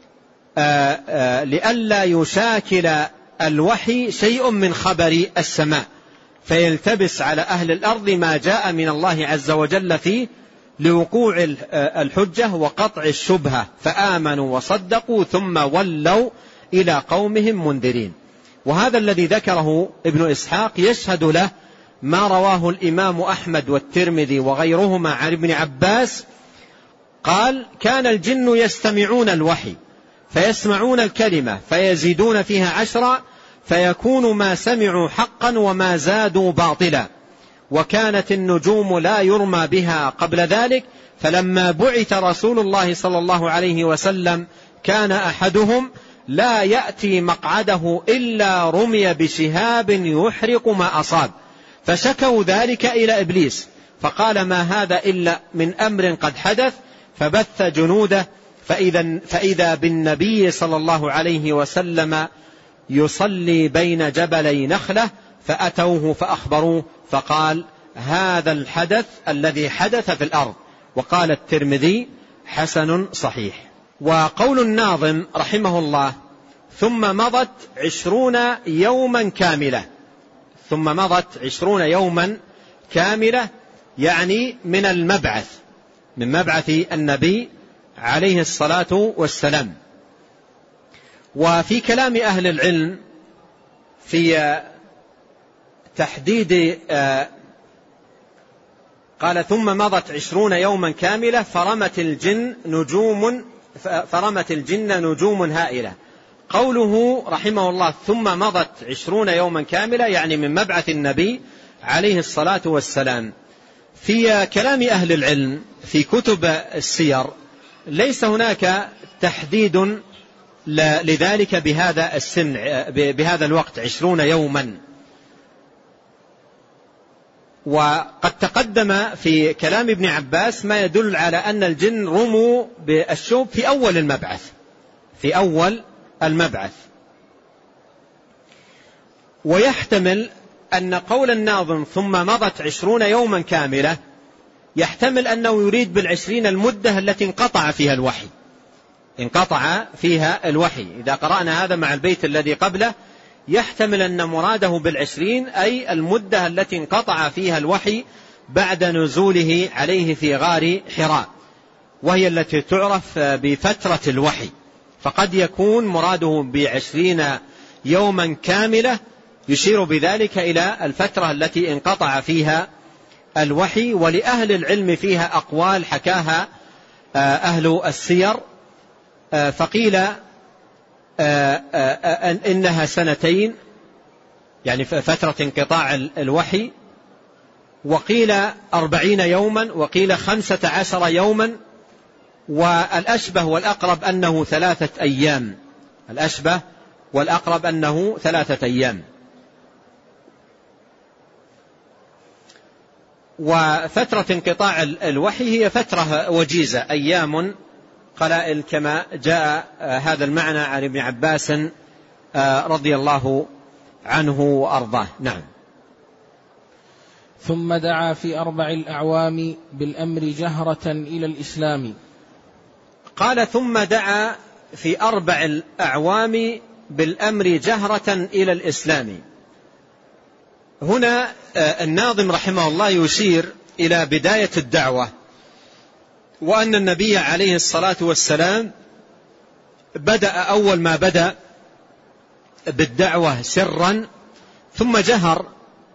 لئلا يشاكل الوحي شيء من خبر السماء فيلتبس على أهل الأرض ما جاء من الله عز وجل فيه لوقوع الحجة وقطع الشبهة، فآمنوا وصدقوا ثم ولوا إلى قومهم منذرين. وهذا الذي ذكره ابن إسحاق يشهد له ما رواه الإمام أحمد والترمذي وغيرهما عن ابن عباس قال: كان الجن يستمعون الوحي فيسمعون الكلمة فيزيدون فيها 10 فيكون ما سمعوا حقا وما زادوا باطلا، وكانت النجوم لا يرمى بها قبل ذلك، فلما بعث رسول الله صلى الله عليه وسلم كان أحدهم لا يأتي مقعده إلا رمي بشهاب يحرق ما أصاب، فشكوا ذلك إلى إبليس فقال: ما هذا إلا من أمر قد حدث، فبث جنوده فإذا بالنبي صلى الله عليه وسلم يصلي بين جبلي نخلة فأتوه فأخبروه فقال هذا الحدث الذي حدث في الأرض. وقال الترمذي حسن صحيح. وقول الناظم رحمه الله ثم مضت 20 يوما كاملة، ثم مضت 20 يوما كاملة يعني من المبعث، من مبعث النبي عليه الصلاة والسلام. وفي كلام أهل العلم في تحديد قال ثم مضت 20 يوما كاملة فرمت الجن نجوم هائلة. قوله رحمه الله ثم مضت 20 يوما كاملة يعني من مبعث النبي عليه الصلاة والسلام. في كلام أهل العلم في كتب السير ليس هناك تحديد لذلك بهذا السن بهذا الوقت 20 يوما. وقد تقدم في كلام ابن عباس ما يدل على أن الجن رموا بالشوب في أول المبعث، في أول المبعث. ويحتمل أن قول الناظم ثم مضت 20 يوما كاملة يحتمل أنه يريد بال20 المدة التي انقطع فيها الوحي، انقطع فيها الوحي. إذا قرأنا هذا مع البيت الذي قبله يحتمل أن مراده بال20 أي المدة التي انقطع فيها الوحي بعد نزوله عليه في غار حراء، وهي التي تعرف بفترة الوحي. فقد يكون مراده ب20 يوما كاملة يشير بذلك إلى الفترة التي انقطع فيها الوحي. ولأهل العلم فيها أقوال حكاها أهل السير، فقيل إنها 2 سنين يعني فترة انقطاع الوحي، وقيل 40 يوما، وقيل 15 يوما، والأشبه والأقرب أنه 3 أيام، الأشبه والأقرب أنه 3 أيام. وفترة انقطاع الوحي هي فترة وجيزة، أيام قلائل كما جاء هذا المعنى عن ابن عباس رضي الله عنه وأرضاه. نعم. ثم دعا في 4 الأعوام بالأمر جهرة إلى الإسلام. قال ثم دعا في 4 الأعوام بالأمر جهرة إلى الإسلام. هنا الناظم رحمه الله يشير إلى بداية الدعوة، وأن النبي عليه الصلاة والسلام بدأ أول ما بدأ بالدعوة سرا، ثم جهر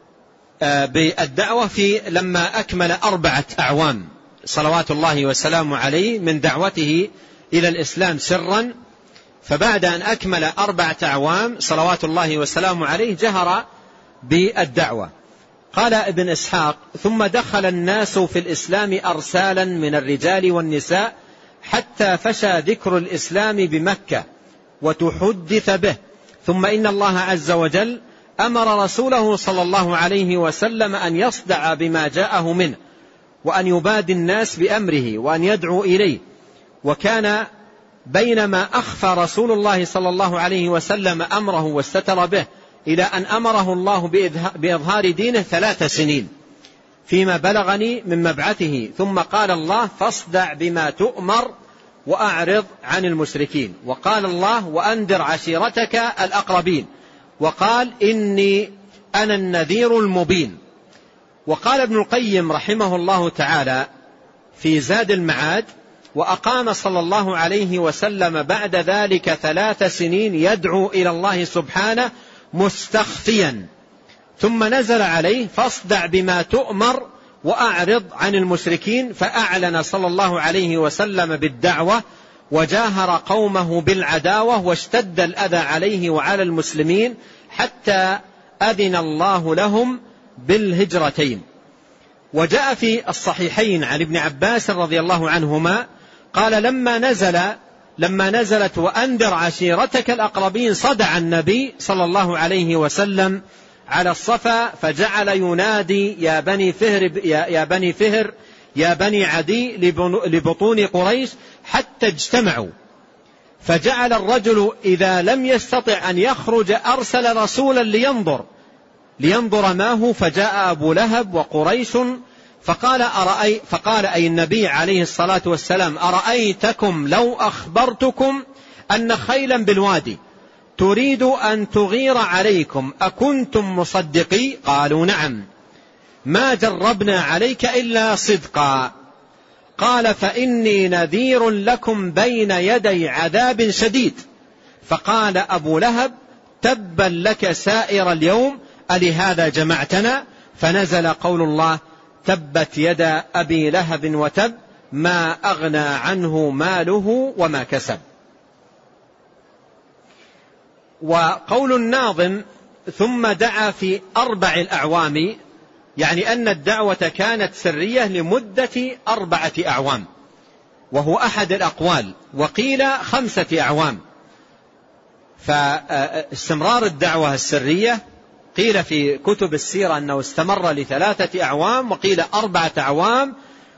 بالدعوة لما أكمل 4 أعوام صلوات الله وسلامه عليه من دعوته إلى الإسلام سرا. فبعد أن أكمل 4 أعوام صلوات الله وسلامه عليه جهر بالدعوة. قال ابن إسحاق ثم دخل الناس في الإسلام أرسالا من الرجال والنساء حتى فشى ذكر الإسلام بمكة وتحدث به، ثم إن الله عز وجل أمر رسوله صلى الله عليه وسلم أن يصدع بما جاءه منه، وأن يبادي الناس بأمره وأن يدعو إليه. وكان بينما أخفى رسول الله صلى الله عليه وسلم أمره واستتر به إلى أن أمره الله بإظهار دينه 3 سنين فيما بلغني من مبعثه. ثم قال الله فاصدع بما تؤمر وأعرض عن المشركين. وقال الله وأنذر عشيرتك الأقربين. وقال إني أنا النذير المبين. وقال ابن القيم رحمه الله تعالى في زاد المعاد وأقام صلى الله عليه وسلم بعد ذلك 3 سنين يدعو إلى الله سبحانه مستخفيا، ثم نزل عليه فاصدع بما تؤمر وأعرض عن المشركين، فأعلن صلى الله عليه وسلم بالدعوة وجاهر قومه بالعداوة، واشتد الأذى عليه وعلى المسلمين حتى أذن الله لهم بالهجرتين. وجاء في الصحيحين عن ابن عباس رضي الله عنهما قال لما نزلت وأنذر عشيرتك الأقربين صدع النبي صلى الله عليه وسلم على الصفا فجعل ينادي يا بني فهر يا بني عدي لبطون قريش حتى اجتمعوا. فجعل الرجل إذا لم يستطع أن يخرج أرسل رسولا لينظر لينظر ما هو، فجاء أبو لهب وقريش فقال أي النبي عليه الصلاة والسلام: أرأيتكم لو أخبرتكم أن خيلا بالوادي تريد أن تغير عليكم أكنتم مصدقي؟ قالوا: نعم، ما جربنا عليك إلا صدقا. قال: فإني نذير لكم بين يدي عذاب شديد. فقال أبو لهب: تبا لك سائر اليوم، ألهذا جمعتنا؟ فنزل قول الله: تبت يدا أبي لهب وتب، ما أغنى عنه ماله وما كسب. وقول الناظم: ثم دعا في 4 الأعوام، يعني أن الدعوة كانت سرية لمدة 4 أعوام، وهو أحد الأقوال، وقيل 5 أعوام. فاستمرار الدعوة السرية قيل في كتب السيرة أنه استمر ل3 أعوام، وقيل 4 أعوام،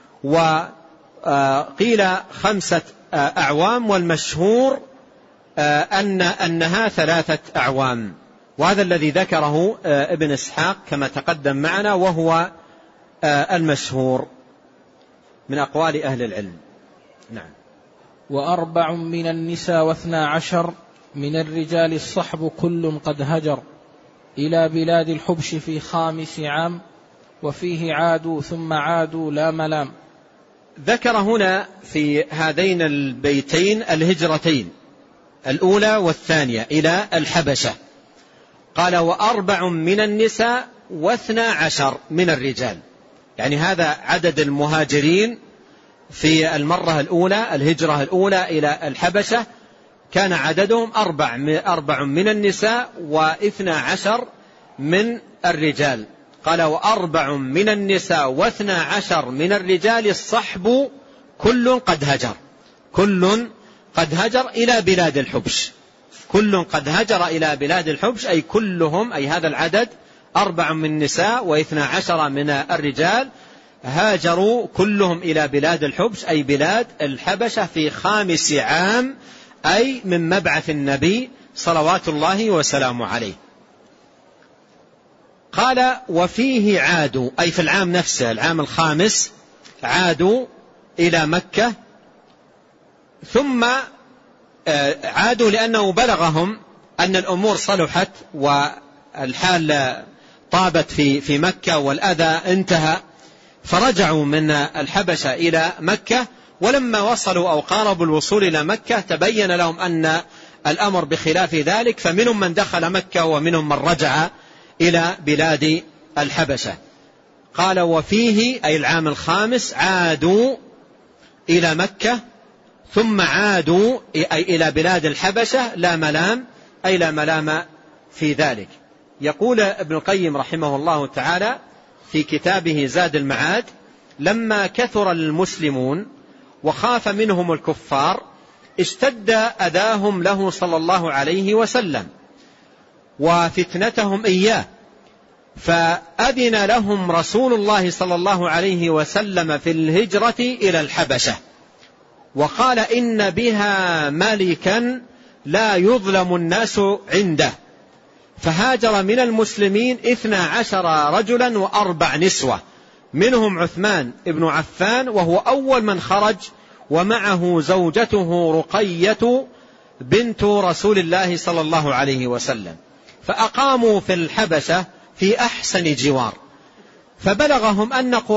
وقيل 5 أعوام، والمشهور أنها 3 أعوام. وهذا الذي ذكره ابن إسحاق كما تقدم معنا، وهو المشهور من أقوال أهل العلم. نعم. 4 من النساء 12 من الرجال الصحب كل قد هجر إلى بلاد الحبش في 5 عام وفيه عادوا ثم عادوا لا ملام. ذكر هنا في هذين البيتين الهجرتين الأولى والثانية إلى الحبشة. قال: 4 من النساء 12 من الرجال، يعني هذا عدد المهاجرين في المرة الأولى، الهجرة الأولى إلى الحبشة، كان عددهم 4 من النساء و12 من الرجال. قال: 4 من النساء 12 من الرجال الصحب كل قد هجر، كل قد هجر إلى بلاد الحبش، كل قد هجر إلى بلاد الحبش، أي كلهم، أي هذا العدد 4 من النساء و12 من الرجال هاجروا كلهم إلى بلاد الحبش، أي بلاد الحبشة، في 5 عام، أي من مبعث النبي صلوات الله وسلامه عليه. قال: وفيه عادوا، أي في العام نفسه، العام 5 عادوا إلى مكة، ثم عادوا لأنه بلغهم أن الأمور صلحت والحال طابت في مكة والأذى انتهى، فرجعوا من الحبشة إلى مكة. ولما وصلوا أو قاربوا الوصول إلى مكة تبين لهم أن الأمر بخلاف ذلك، فمنهم من دخل مكة ومنهم من رجع إلى بلاد الحبشة. قال: وفيه، أي العام 5 عادوا إلى مكة ثم عادوا أي إلى بلاد الحبشة لا ملام، أي لا ملام في ذلك. يقول ابن القيم رحمه الله تعالى في كتابه زاد المعاد: لما كثر المسلمون وخاف منهم الكفار اشتد أذاهم له صلى الله عليه وسلم وفتنتهم إياه، فأذن لهم رسول الله صلى الله عليه وسلم في الهجرة إلى الحبشة، وقال: إن بها ملكا لا يظلم الناس عنده. فهاجر من المسلمين 12 رجلا و4 نسوة، منهم عثمان ابن عفان وهو أول من خرج، ومعه زوجته رقية بنت رسول الله صلى الله عليه وسلم، فأقاموا في الحبشة في أحسن جوار. فبلغهم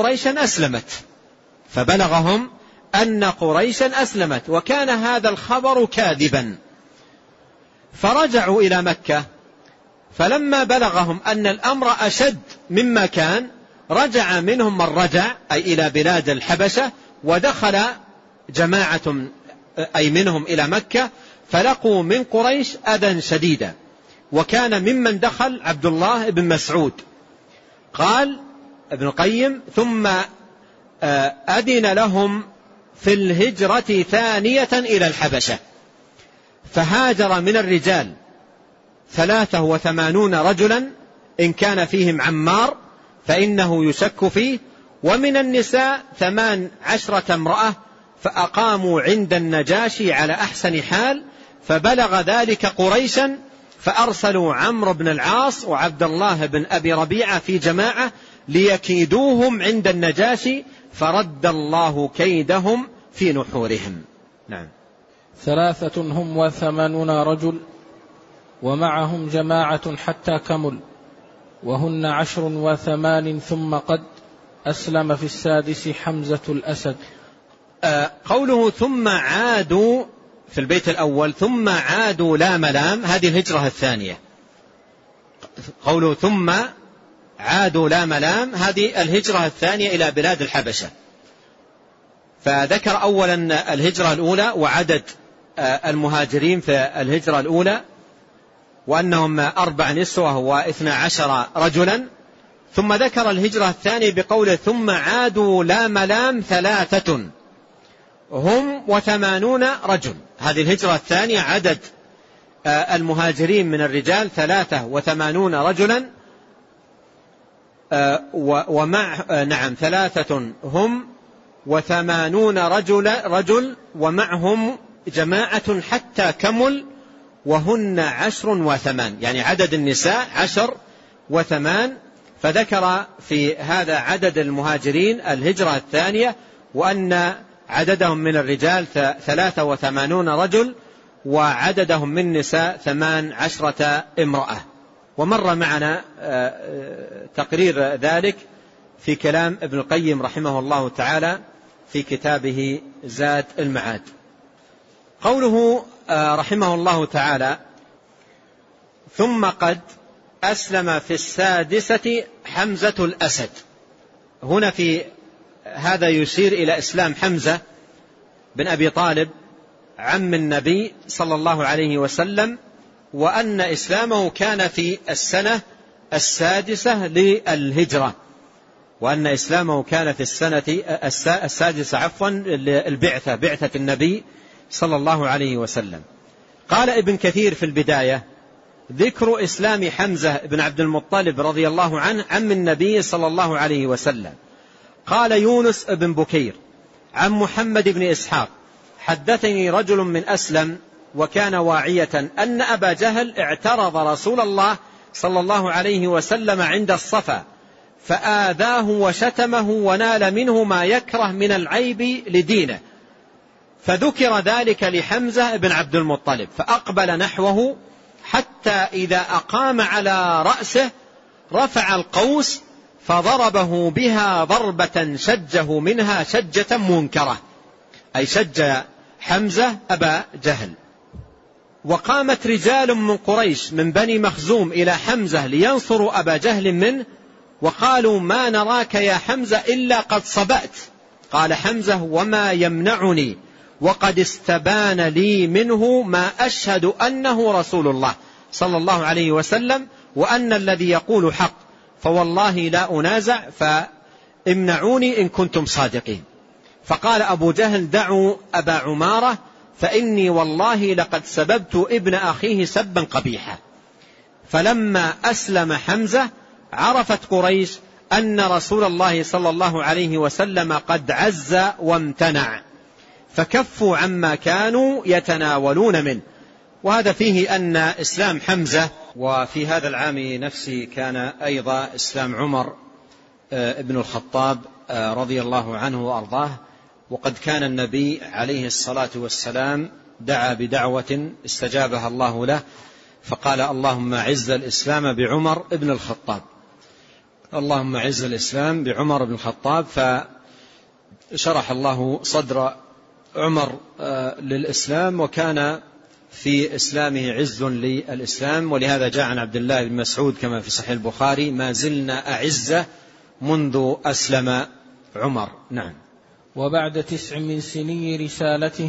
أن قريشا أسلمت، وكان هذا الخبر كاذبا، فرجعوا إلى مكة. فلما بلغهم أن الأمر أشد مما كان، رجع منهم من رجع، أي إلى بلاد الحبشة، ودخل جماعة أي منهم إلى مكة، فلقوا من قريش أذى شديدا، وكان ممن دخل عبد الله بن مسعود. قال ابن القيم: ثم أذن لهم في الهجرة ثانية إلى الحبشة، فهاجر من الرجال 83 رجلا، إن كان فيهم عمار فإنه يشك فيه، ومن النساء 18 امرأة، فأقاموا عند النجاشي على أحسن حال. فبلغ ذلك قريشا فأرسلوا عمرو بن العاص وعبد الله بن أبي ربيعة في جماعة ليكيدوهم عند النجاشي، فرد الله كيدهم في نحورهم. نعم. 3 هم 80 رجل ومعهم جماعة حتى كمل، وهن 10 و8 ثم قد أسلم في 6 حمزة الأسد. قوله ثم عادوا في البيت الأول ثم عادوا لا ملام، هذه الهجرة الثانية. قوله ثم عادوا لا ملام هذه الهجرة الثانية إلى بلاد الحبشة. فذكر أولا الهجرة الأولى وعدد المهاجرين في الهجرة الأولى وأنهم 4 نسوة و12 رجلا، ثم ذكر الهجرة الثانية بقوله ثم عادوا لا ملام 3 هم 80 رجل. هذه الهجرة الثانية عدد المهاجرين من الرجال 83 رجلا، نعم 3 هم 80 رجل ومعهم جماعة حتى كمل وهن 10 و8، يعني عدد النساء 10 و8. فذكر في هذا عدد المهاجرين الهجرة الثانية وأن عددهم من الرجال 83 رجل وعددهم من نساء 18 امرأة. ومر معنا تقرير ذلك في كلام ابن القيم رحمه الله تعالى في كتابه زاد المعاد. قوله رحمه الله تعالى ثم قد أسلم في 6 حمزة الأسد، هنا في هذا يشير إلى إسلام حمزة بن أبي طالب عم النبي صلى الله عليه وسلم، وأن إسلامه كان في السنة 6 للهجرة، وأن إسلامه كان في السنة 6 للبعثة، بعثة النبي صلى الله عليه وسلم. قال ابن كثير في البداية ذكر إسلام حمزة بن عبد المطلب رضي الله عنه عم النبي صلى الله عليه وسلم. قال يونس بن بكير عن محمد بن إسحاق حدثني رجل من أسلم وكان واعية أن أبا جهل اعترض رسول الله صلى الله عليه وسلم عند الصفا فآذاه وشتمه ونال منه ما يكره من العيب لدينه، فذكر ذلك لحمزة بن عبد المطلب فأقبل نحوه حتى إذا أقام على رأسه رفع القوس فضربه بها ضربة شجه منها شجة منكرة، أي شج حمزة أبا جهل. وقامت رجال من قريش من بني مخزوم إلى حمزة لينصروا أبا جهل منه، وقالوا ما نراك يا حمزة إلا قد صبأت. قال حمزة وما يمنعني وقد استبان لي منه ما أشهد أنه رسول الله صلى الله عليه وسلم وأن الذي يقول حق، فوالله لا أنازع فامنعوني إن كنتم صادقين. فقال أبو جهل دعوا أبا عمارة فإني والله لقد سببت ابن أخيه سبا قبيحا. فلما أسلم حمزة عرفت قريش أن رسول الله صلى الله عليه وسلم قد عز وامتنع فكفوا عما كانوا يتناولون منه. وهذا فيه أن إسلام حمزة وفي هذا العام نفسه كان أيضا إسلام عمر ابن الخطاب رضي الله عنه وأرضاه. وقد كان النبي عليه الصلاة والسلام دعا بدعوة استجابها الله له فقال اللهم عز الإسلام بعمر ابن الخطاب، اللهم عز الإسلام بعمر بن الخطاب. فشرح الله صدر عمر للإسلام وكان في إسلامه عز للإسلام. ولهذا جاء عن عبد الله بن مسعود كما في صحيح البخاري ما زلنا أعزة منذ أسلم عمر. نعم. وبعد 9 من سني رسالته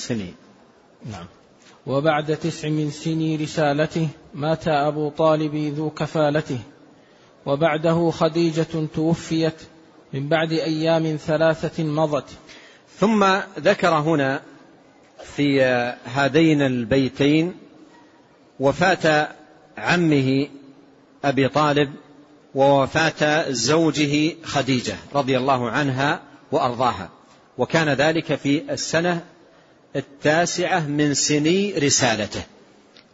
نعم. وبعد 9 من سني رسالته مات أبو طالب ذو كفالته، وبعده خديجة توفيت من بعد أيام 3 مضت. ثم ذكر هنا في هذين البيتين وفاة عمه أبي طالب ووفاة زوجه خديجة رضي الله عنها وأرضاها، وكان ذلك في السنة 9 من سني رسالته،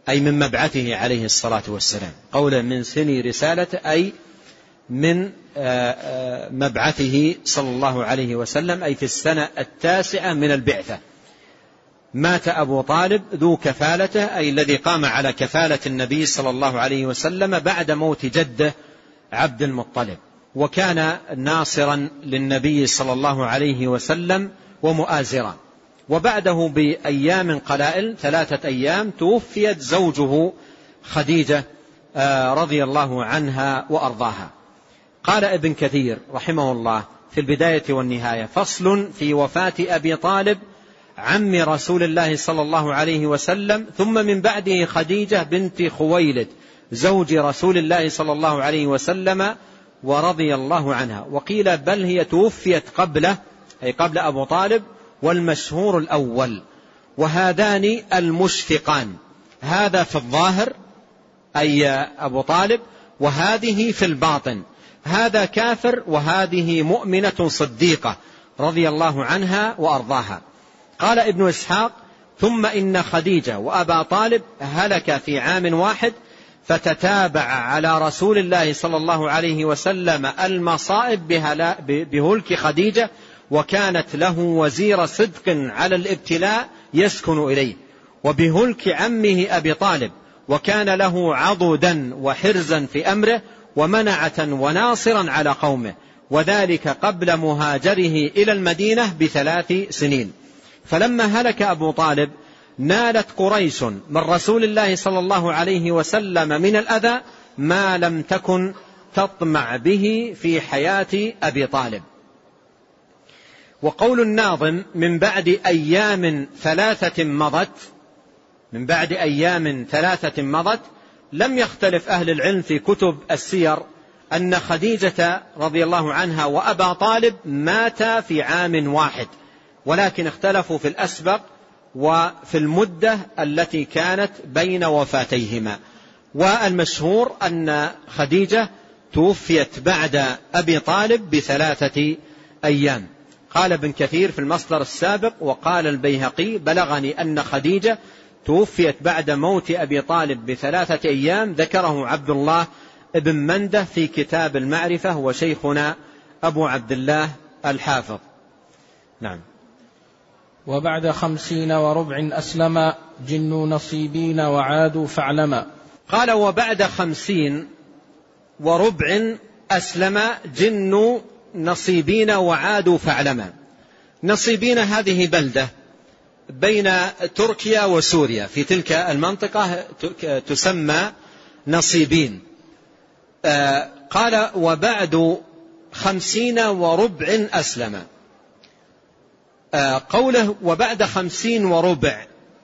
أي من مبعثه عليه الصلاة والسلام. قوله من سن رسالته أي من مبعثه صلى الله عليه وسلم، أي في السنة 9 من البعثة. مات أبو طالب ذو كفالته، أي الذي قام على كفالة النبي صلى الله عليه وسلم بعد موت جده عبد المطلب، وكان ناصرا للنبي صلى الله عليه وسلم ومؤازرا. وبعده بأيام قلائل 3 أيام توفيت زوجه خديجة رضي الله عنها وأرضاها. قال ابن كثير رحمه الله في البداية والنهاية: فصل في وفاة أبي طالب عم رسول الله صلى الله عليه وسلم، ثم من بعده خديجة بنت خويلد زوج رسول الله صلى الله عليه وسلم ورضي الله عنها. وقيل بل هي توفيت قبله، أي قبل أبو طالب، والمشهور الأول. وهذان المشفقان، هذا في الظاهر أي أبو طالب، وهذه في الباطن، هذا كافر وهذه مؤمنة صديقة رضي الله عنها وأرضاها. قال ابن إسحاق: ثم إن خديجة وأبا طالب هلك في عام واحد، فتتابع على رسول الله صلى الله عليه وسلم المصائب بهلك خديجة، وكانت له وزير صدق على الابتلاء يسكن إليه، وبهلك عمه أبي طالب، وكان له عضدا وحرزا في أمره، ومنعة وناصرا على قومه، وذلك قبل مهاجره إلى المدينة ب3 سنين. فلما هلك أبو طالب نالت قريش من رسول الله صلى الله عليه وسلم من الأذى ما لم تكن تطمع به في حياة أبي طالب. وقول الناظم: من بعد أيام 3 مضت، من بعد أيام 3 مضت، لم يختلف أهل العلم في كتب السير أن خديجة رضي الله عنها وأبا طالب ماتا في عام واحد، ولكن اختلفوا في الأسبق وفي المدة التي كانت بين وفاتيهما. والمشهور أن خديجة توفيت بعد أبي طالب ب3 أيام. قال ابن كثير في المصدر السابق: وقال البيهقي: بلغني أن خديجة توفيت بعد موت أبي طالب ب3 أيام. ذكره عبد الله ابن منده في كتاب المعرفة، وشيخنا أبو عبد الله الحافظ. نعم. وبعد 50 وربع أسلم جن نصيبين وعادوا فاعلما. قال: وبعد 50 وربع أسلم جن نصيبين وعادوا فاعلما. نصيبين هذه بلدة بين تركيا وسوريا، في تلك المنطقة تسمى نصيبين. قال: وبعد 50 وربع أسلم. قوله وبعد 50 وربع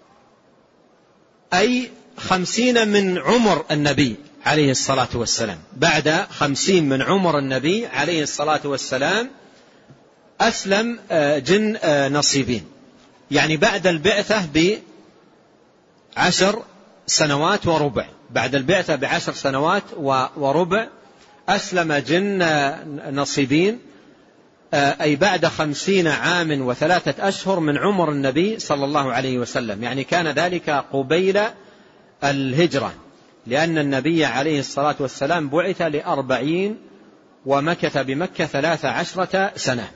أي 50 من عمر النبي عليه الصلاة والسلام. بعد 50 من عمر النبي عليه الصلاة والسلام أسلم جن نصيبين، يعني بعد البعثة ب10 سنوات وربع. بعد البعثة ب10 سنوات وربع أسلم جن نصيبين، أي بعد 50 عام و3 أشهر من عمر النبي صلى الله عليه وسلم، يعني كان ذلك قبيل الهجرة، لأن النبي عليه الصلاة والسلام بعث ل40 ومكث بمكة 13 سنة.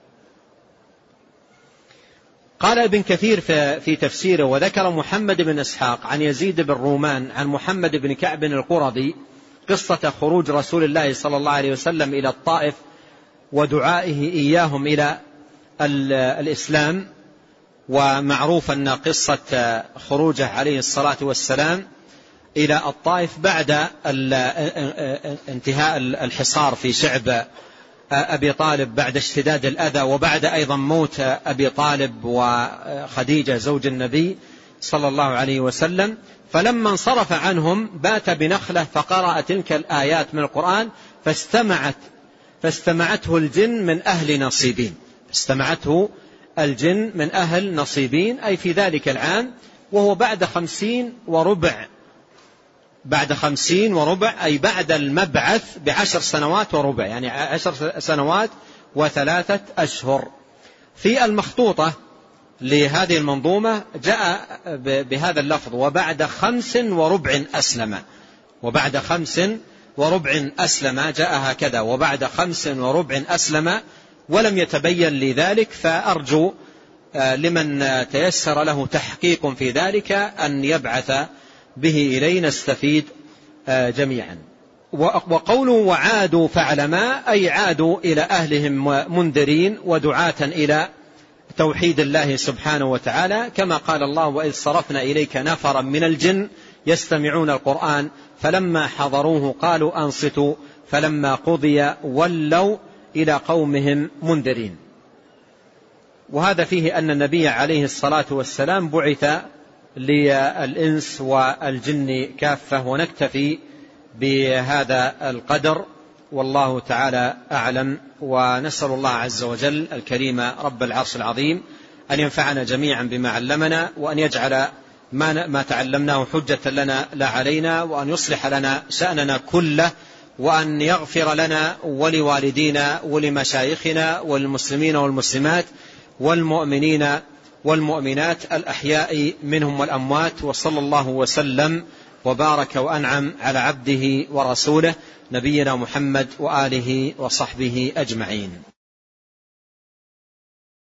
قال ابن كثير في تفسيره: وذكر محمد بن إسحاق عن يزيد بن رومان عن محمد بن كعب القرظي قصة خروج رسول الله صلى الله عليه وسلم إلى الطائف ودعائه إياهم إلى الإسلام. ومعروف أن قصة خروجه عليه الصلاة والسلام إلى الطائف بعد انتهاء الحصار في شعب أبي طالب بعد اشتداد الأذى، وبعد أيضا موت أبي طالب وخديجة زوج النبي صلى الله عليه وسلم. فلما انصرف عنهم بات بنخلة فقرأ تلك الآيات من القرآن فاستمعته الجن من أهل نصيبين. استمعته الجن من أهل نصيبين، أي في ذلك العام، وهو بعد 50 وربع. بعد 50 وربع أي بعد المبعث ب10 سنوات وربع، يعني 10 سنوات و3 أشهر. في المخطوطة لهذه المنظومة جاء بهذا اللفظ: وبعد 45 أسلم. وبعد 45 أسلم جاء هكذا: وبعد 45 أسلم، ولم يتبين لي ذلك، فأرجو لمن تيسر له تحقيق في ذلك أن يبعث به إلينا نستفيد جميعا. وقوله وعادوا فعلما، أي عادوا إلى أهلهم منذرين ودعاة إلى توحيد الله سبحانه وتعالى، كما قال الله: وإذ صرفنا إليك نفرا من الجن يستمعون القرآن فلما حضروه قالوا أنصتوا فلما قضي ولوا إلى قومهم منذرين. وهذا فيه أن النبي عليه الصلاة والسلام بعث للإنس والجن كافة. ونكتفي بهذا القدر، والله تعالى أعلم. ونسأل الله عز وجل الكريم رب العرش العظيم أن ينفعنا جميعا بما علمنا، وأن يجعل ما تعلمناه حجة لنا لا علينا، وأن يصلح لنا شأننا كله، وأن يغفر لنا ولوالدينا ولمشايخنا والمسلمين والمسلمات والمؤمنين والمؤمنات الأحياء منهم والأموات. وصلى الله وسلم وبارك وأنعم على عبده ورسوله نبينا محمد وآله وصحبه أجمعين.